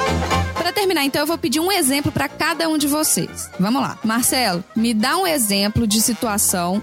Pra terminar, então, eu vou pedir um exemplo pra cada um de vocês. Vamos lá. Marcelo, me dá um exemplo de situação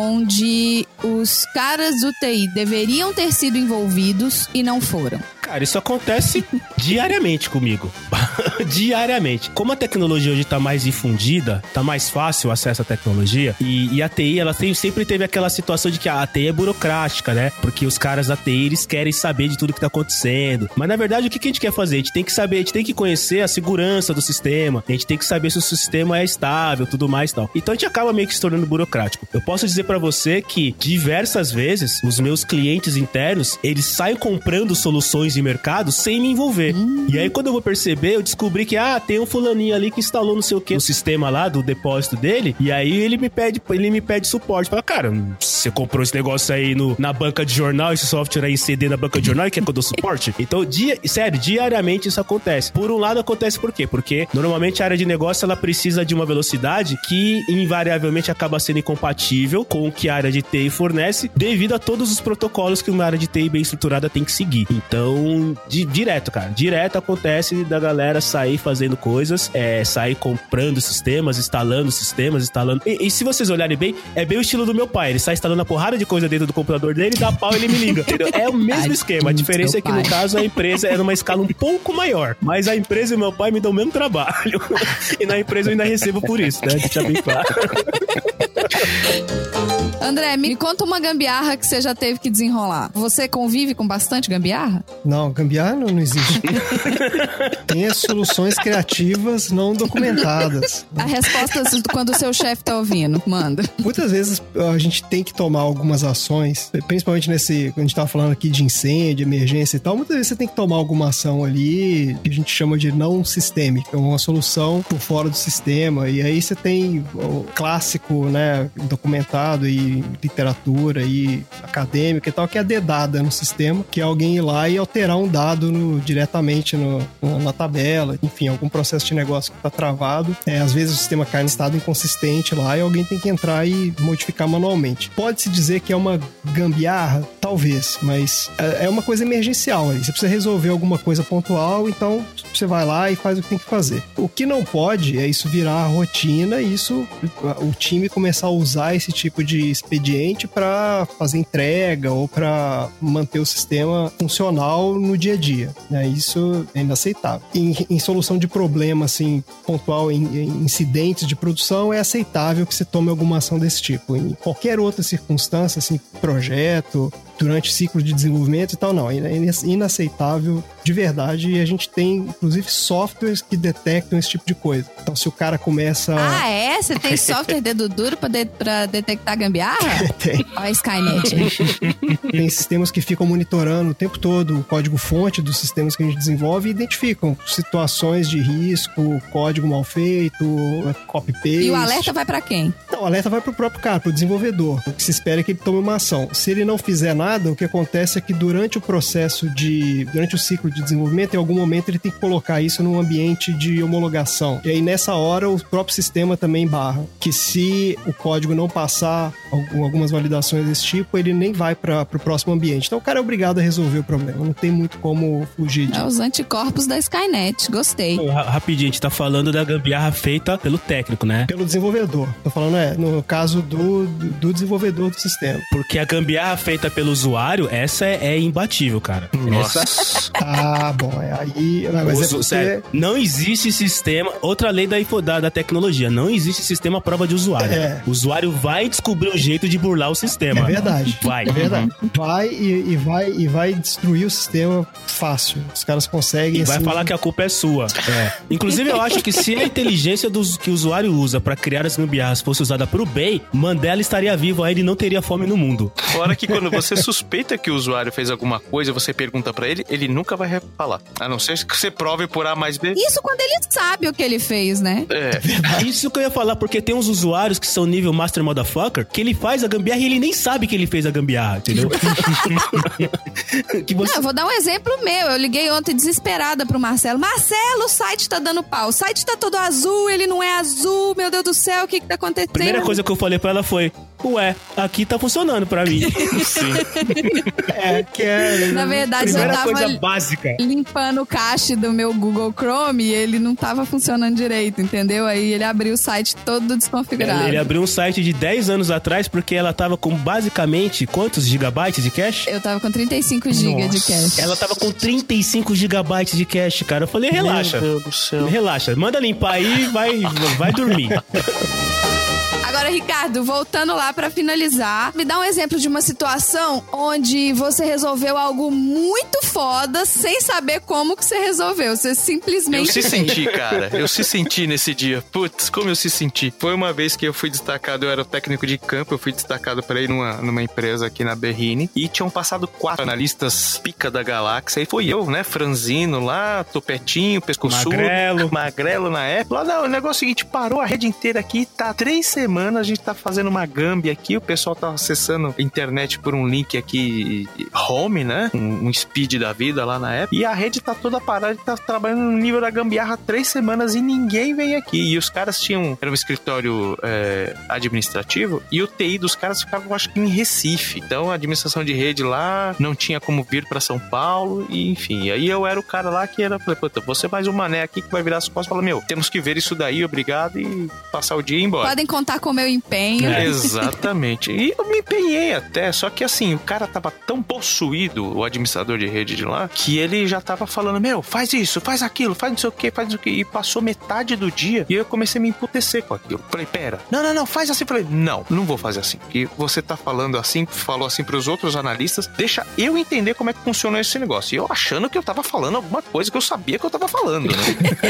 onde os caras do T I deveriam ter sido envolvidos e não foram. Cara, isso acontece diariamente comigo. Diariamente. Como a tecnologia hoje tá mais difundida, tá mais fácil o acesso à tecnologia, e, e a T I, ela tem, sempre teve aquela situação de que a T I é burocrática, né? Porque os caras da T I, eles querem saber de tudo que tá acontecendo. Mas, na verdade, o que, que a gente quer fazer? A gente tem que saber, a gente tem que conhecer a segurança do sistema, a gente tem que saber se o sistema é estável, tudo mais e tal. Então, a gente acaba meio que se tornando burocrático. Eu posso dizer pra você que, diversas vezes, os meus clientes internos, eles saem comprando soluções de mercado sem me envolver. Hum. E aí, quando eu vou perceber, eu descobri que, ah, tem um fulaninho ali que instalou não sei o que no sistema lá do depósito dele, e aí ele me pede, ele me pede suporte. Fala, cara, você comprou esse negócio aí no, na banca de jornal, esse software aí em C D na banca de jornal e quer que eu dou suporte? Então, dia, sério, diariamente isso acontece. Por um lado, acontece por quê? Porque, normalmente, a área de negócio, ela precisa de uma velocidade que, invariavelmente, acaba sendo incompatível com o que a área de T I fornece, devido a todos os protocolos que uma área de T I bem estruturada tem que seguir. Então, Di, direto, cara. Direto acontece da galera sair fazendo coisas, é, sair comprando sistemas, instalando sistemas, instalando... E, e se vocês olharem bem, é bem o estilo do meu pai. Ele sai instalando a porrada de coisa dentro do computador dele, dá pau e ele me liga, entendeu? É o mesmo esquema. A diferença é que, no caso, a empresa é numa escala um pouco maior. Mas a empresa e o meu pai me dão o mesmo trabalho. E na empresa eu ainda recebo por isso, né? Deixa bem claro. André, me conta uma gambiarra que você já teve que desenrolar. Você convive com bastante gambiarra? Não, gambiarra não, não existe. Tem as soluções criativas não documentadas. A resposta quando o seu chefe tá ouvindo, manda. Muitas vezes a gente tem que tomar algumas ações, principalmente nesse, quando a gente tava falando aqui de incêndio, emergência e tal, muitas vezes você tem que tomar alguma ação ali que a gente chama de não sistêmica, uma solução por fora do sistema, e aí você tem o clássico, né, documentado e literatura e acadêmica e tal, que é a dedada no sistema, que é alguém ir lá e alterar um dado no, diretamente no, no, na tabela, enfim, algum processo de negócio que está travado. É, às vezes o sistema cai em estado inconsistente lá e alguém tem que entrar e modificar manualmente. Pode-se dizer que é uma gambiarra? Talvez, mas é uma coisa emergencial aí. Você precisa resolver alguma coisa pontual, então você vai lá e faz o que tem que fazer. O que não pode é isso virar a rotina e isso, o time começar a usar esse tipo de expediente para fazer entrega ou para manter o sistema funcional no dia a dia. Né? Isso é inaceitável. Em, em solução de problema assim, pontual, em, em incidentes de produção, é aceitável que você tome alguma ação desse tipo. Em qualquer outra circunstância, assim, projeto, durante o ciclo de desenvolvimento e tal, não. É inaceitável de verdade e a gente tem, inclusive, softwares que detectam esse tipo de coisa. Então, se o cara começa... Ah, é? Você tem software dedo duro pra, de, pra detectar gambiarra? Tem. Olha a Skynet. Tem sistemas que ficam monitorando o tempo todo o código-fonte dos sistemas que a gente desenvolve e identificam situações de risco, código mal feito, copy-paste. E o alerta vai pra quem? Não, o alerta vai pro próprio cara, pro desenvolvedor. O que se espera é que ele tome uma ação. Se ele não fizer nada, o que acontece é que durante o processo de... durante o ciclo de desenvolvimento, em algum momento ele tem que colocar isso num ambiente de homologação. E aí, nessa hora, o próprio sistema também barra. Que se o código não passar algumas validações desse tipo, ele nem vai para o próximo ambiente. Então, o cara é obrigado a resolver o problema. Não tem muito como fugir disso. É os anticorpos da Skynet. Gostei. Rapidinho, a gente tá falando da gambiarra feita pelo técnico, né? Pelo desenvolvedor. Tô falando, é, no caso do, do desenvolvedor do sistema. Porque a gambiarra feita pelo usuário, essa é, é imbatível, cara. Nossa. Essa... Ah, bom, é aí... Mas Uso, é porque... sério, não existe sistema... Outra lei da, da, da tecnologia. Não existe sistema prova de usuário. É. O usuário vai descobrir um jeito de burlar o sistema. É verdade. Vai. É verdade. Vai e, e, vai e vai destruir o sistema fácil. Os caras conseguem... E assim... vai falar que a culpa é sua. É. Inclusive, eu acho que se a inteligência dos, que o usuário usa pra criar as gambiarras fosse usada pro bem, Mandela estaria vivo ainda e não teria fome no mundo. Fora que quando você suspeita que o usuário fez alguma coisa, você pergunta pra ele, ele nunca vai falar. A não ser que você prove por A mais B. Isso quando ele sabe o que ele fez, né? É. Isso que eu ia falar, porque tem uns usuários que são nível Master Motherfucker, que ele faz a gambiarra e ele nem sabe que ele fez a gambiarra, entendeu? que você... Não, eu vou dar um exemplo meu. Eu liguei ontem desesperada pro Marcelo. Marcelo, o site tá dando pau. O site tá todo azul, ele não é azul. Meu Deus do céu, o que que tá acontecendo? A primeira coisa que eu falei pra ela foi: ué, aqui tá funcionando pra mim. Sim. É, que é... Na verdade, Primeira eu tava coisa básica. limpando o cache do meu Google Chrome e ele não tava funcionando direito, entendeu? Aí ele abriu o site todo desconfigurado. Ele, ele abriu um site de dez anos atrás porque ela tava com basicamente quantos gigabytes de cache? Eu tava com trinta e cinco gigas de cache. Ela tava com trinta e cinco gigabytes de cache, cara. Eu falei, relaxa. Meu Deus do céu. Relaxa, manda limpar aí e vai, vai dormir. Agora, Ricardo, voltando lá pra finalizar, me dá um exemplo de uma situação onde você resolveu algo muito foda sem saber como que você resolveu. Você simplesmente... Eu se fez. senti, cara. Eu se senti nesse dia. Putz, como eu se senti. Foi uma vez que eu fui destacado, eu era o técnico de campo, eu fui destacado pra ir numa, numa empresa aqui na Berrine e tinham passado quatro analistas pica da galáxia. E foi eu, né, franzino lá, topetinho, pescoçudo. Magrelo. Magrelo na época. Lá, não, o negócio é o seguinte, parou a rede inteira aqui, tá três semanas semanas a gente tá fazendo uma gambi aqui, o pessoal tá acessando a internet por um link aqui, home, né? Um, um speed da vida lá na época. E a rede tá toda parada, tá trabalhando no nível da gambiarra há três semanas e ninguém vem aqui. E os caras tinham, era um escritório é, administrativo, e o T I dos caras ficava, acho que em Recife. Então a administração de rede lá não tinha como vir pra São Paulo, e enfim. Aí eu era o cara lá que era, falei, puta, você mais um mané aqui que vai virar as costas e falar, meu, temos que ver isso daí, obrigado, e passar o dia e ir embora. Podem contar com o meu empenho. É. Exatamente. E eu me empenhei até, só que assim, o cara tava tão possuído, o administrador de rede de lá, que ele já tava falando, meu, faz isso, faz aquilo, faz não sei o que, faz não sei o que, e passou metade do dia, e eu comecei a me emputecer com aquilo. Falei, pera, não, não, não, faz assim. Falei, não, não vou fazer assim, porque você tá falando assim, falou assim pros outros analistas, deixa eu entender como é que funciona esse negócio. E eu achando que eu tava falando alguma coisa que eu sabia que eu tava falando, né?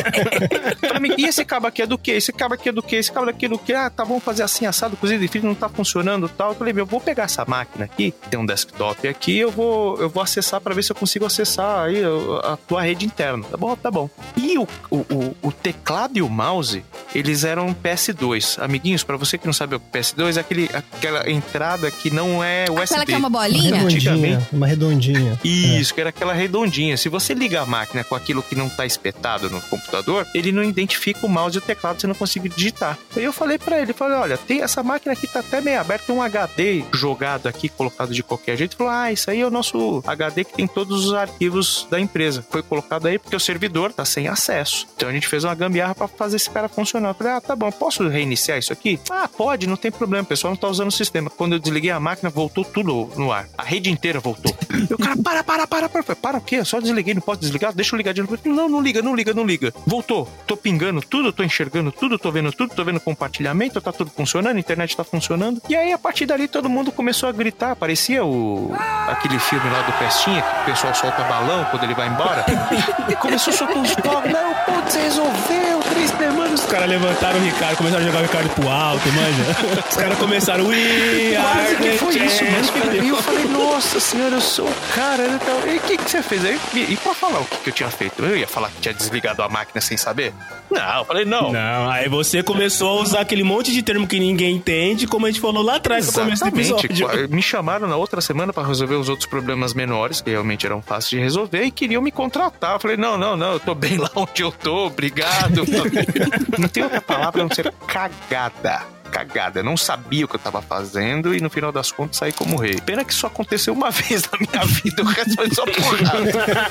Falei, e esse cabo aqui é do quê? Esse cabo aqui é do quê? Esse cabo aqui é do quê? Ah, tá, vamos fazer assim, assado, cozido e frito, não tá funcionando e tal. Eu falei, meu, eu vou pegar essa máquina aqui, tem um desktop aqui, eu vou, eu vou acessar pra ver se eu consigo acessar aí a tua rede interna. Tá bom? Tá bom. E o, o, o, o teclado e o mouse, eles eram P S dois. Amiguinhos, pra você que não sabe o P S dois, é aquele, aquela entrada que não é U S B. Aquela que é uma bolinha? Uma redondinha. Uma redondinha. Isso, é. Que era aquela redondinha. Se você liga a máquina com aquilo que não tá espetado no computador, ele não identifica o mouse e o teclado, você não consegue digitar. Aí eu falei pra ele, falei, olha, tem essa máquina aqui, tá até meio aberta, tem um H D jogado aqui, colocado de qualquer jeito. Ele falou, ah, isso aí é o nosso H D que tem todos os arquivos da empresa. Foi colocado aí porque o servidor tá sem acesso. Então a gente fez uma gambiarra pra fazer esse cara funcionar. Eu falei, ah, tá bom, posso reiniciar isso aqui? Ah, pode, não tem problema, o pessoal não tá usando o sistema. Quando eu desliguei a máquina, voltou tudo no ar. A rede inteira voltou. E o cara, para, para, para, para. Para, para o quê? Eu só desliguei, não posso desligar? Deixa eu ligar de novo. Não, não liga, não liga, não liga. Voltou. Tô pingando tudo, tô enxergando tudo, tô vendo tudo, tô vendo compartilhamento, tá tudo funcionando, a internet tá funcionando. E aí, a partir dali, todo mundo começou a gritar. Parecia o... aquele filme lá do Pestinha, que o pessoal solta balão quando ele vai embora. E começou a soltar uns fogos. Não, putz, você resolveu, três semanas. Os caras levantaram o Ricardo, começaram a jogar o Ricardo pro alto, manja. Os caras começaram, we Quase are que foi the isso mesmo, cara. champions. E eu falei, nossa senhora, eu sou o cara, né? Então, e o que, que você fez aí? E, e pra falar o que, que eu tinha feito? Eu ia falar que tinha desligado a máquina sem saber? Não, eu falei, não. Não, aí você começou a usar aquele monte de termo que ninguém entende, como a gente falou lá atrás no começo do episódio. Me chamaram na outra semana pra resolver os outros problemas menores, que realmente eram fáceis de resolver, e queriam me contratar. Eu falei, não, não, não, eu tô bem lá onde eu tô, obrigado. Não tem outra palavra a não ser cagada. Cagada, eu não sabia o que eu tava fazendo e no final das contas saí como rei. Pena que isso aconteceu uma vez na minha vida, o resto foi só porrada.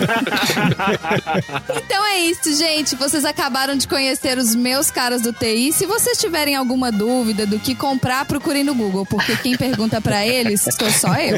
Então é isso, gente. Vocês acabaram de conhecer os meus caras do T I. Se vocês tiverem alguma dúvida do que comprar, procurem no Google, porque quem pergunta pra eles sou só eu.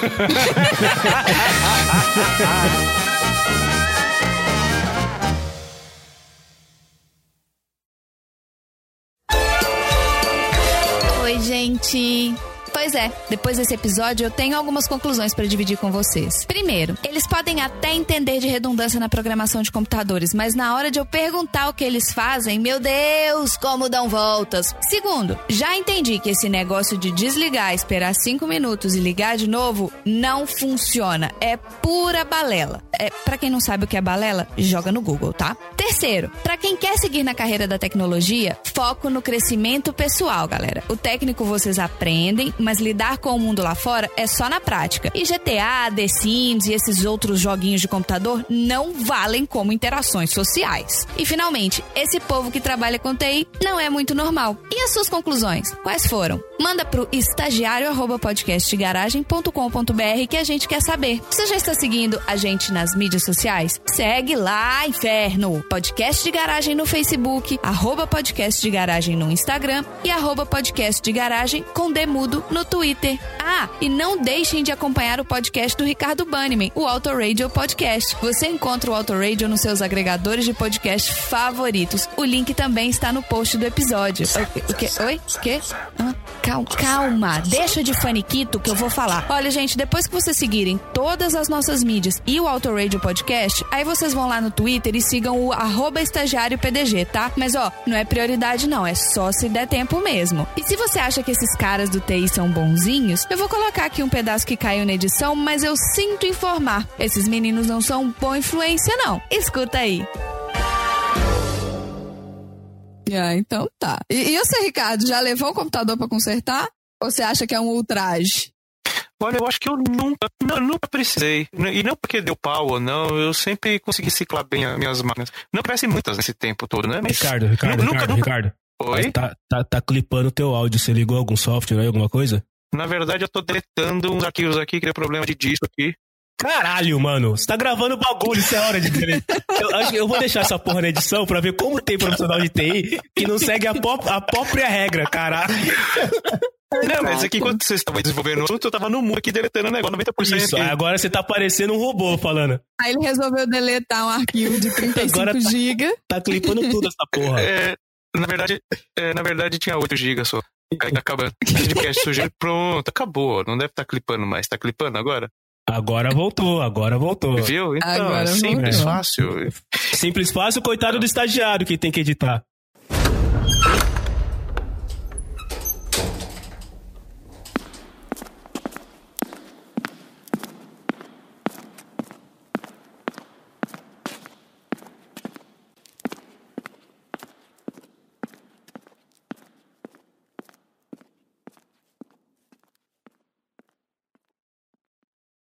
Oi, gente. Pois é, depois desse episódio eu tenho algumas conclusões para dividir com vocês. Primeiro, eles podem até entender de redundância na programação de computadores, mas na hora de eu perguntar o que eles fazem, meu Deus, como dão voltas. Segundo, já entendi que esse negócio de desligar, esperar cinco minutos e ligar de novo não funciona. É pura balela. É, pra quem não sabe o que é balela, joga no Google, tá? Terceiro, pra quem quer seguir na carreira da tecnologia, foco no crescimento pessoal, galera. O técnico vocês aprendem, mas lidar com o mundo lá fora é só na prática. E G T A, The Sims e esses outros joguinhos de computador não valem como interações sociais. E finalmente, esse povo que trabalha com T I não é muito normal. E as suas conclusões? Quais foram? Manda pro estagiário arroba podcastgaragem ponto com ponto br que a gente quer saber. Você já está seguindo a gente nas mídias sociais? Segue lá, inferno! Podcast de Garagem no Facebook, arroba podcast de garagem no Instagram e arroba podcast de garagem com demudo no Twitter. Ah, e não deixem de acompanhar o podcast do Ricardo Banniman, o Auto Radio Podcast. Você encontra o Auto Radio nos seus agregadores de podcast favoritos. O link também está no post do episódio. O que? Oi? O quê? Ah, calma, calma. Deixa de faniquito que eu vou falar. Olha, gente, depois que vocês seguirem todas as nossas mídias e o Auto Radio Podcast, aí vocês vão lá no Twitter e sigam o arroba estagiário P D G, tá? Mas, ó, não é prioridade não, é só se der tempo mesmo. E se você acha que esses caras do T I são bonzinhos, eu vou colocar aqui um pedaço que caiu na edição, mas eu sinto informar. Esses meninos não são boa influência, não. Escuta aí. Ah, então tá. E, e você, Ricardo, já levou o computador pra consertar? Ou você acha que é um ultraje? Olha, eu acho que eu nunca, não, nunca precisei. E não porque deu pau ou não, eu sempre consegui ciclar bem as minhas máquinas. Não crescem muitas nesse tempo todo, né? Mas Ricardo, Ricardo, nunca, Ricardo, nunca... Ricardo. Oi? Tá, tá, tá clipando o teu áudio. Você ligou algum software aí, alguma coisa? Na verdade, eu tô deletando uns arquivos aqui que deu problema de disco aqui. Caralho, mano. Você tá gravando bagulho, isso é hora de deletar. Eu acho que eu vou deixar essa porra na edição pra ver como tem profissional de T I que não segue a, pop, a própria regra, caralho. Não, mas é que enquanto vocês estavam desenvolvendo o assunto, eu tava no mundo aqui deletando o negócio, noventa por cento. Isso, agora você tá parecendo um robô falando. Aí ele resolveu deletar um arquivo de trinta e cinco gigas. Tá, tá clipando tudo essa porra. É, na verdade, é, na verdade tinha oito gigas só. Aí tá acabando. Podcast sujeito, pronto, acabou. Não deve estar tá clipando mais. Tá clipando agora? Agora voltou, agora voltou. Viu? Então, agora é simples, voltou. fácil. Simples, fácil, coitado do estagiário que tem que editar.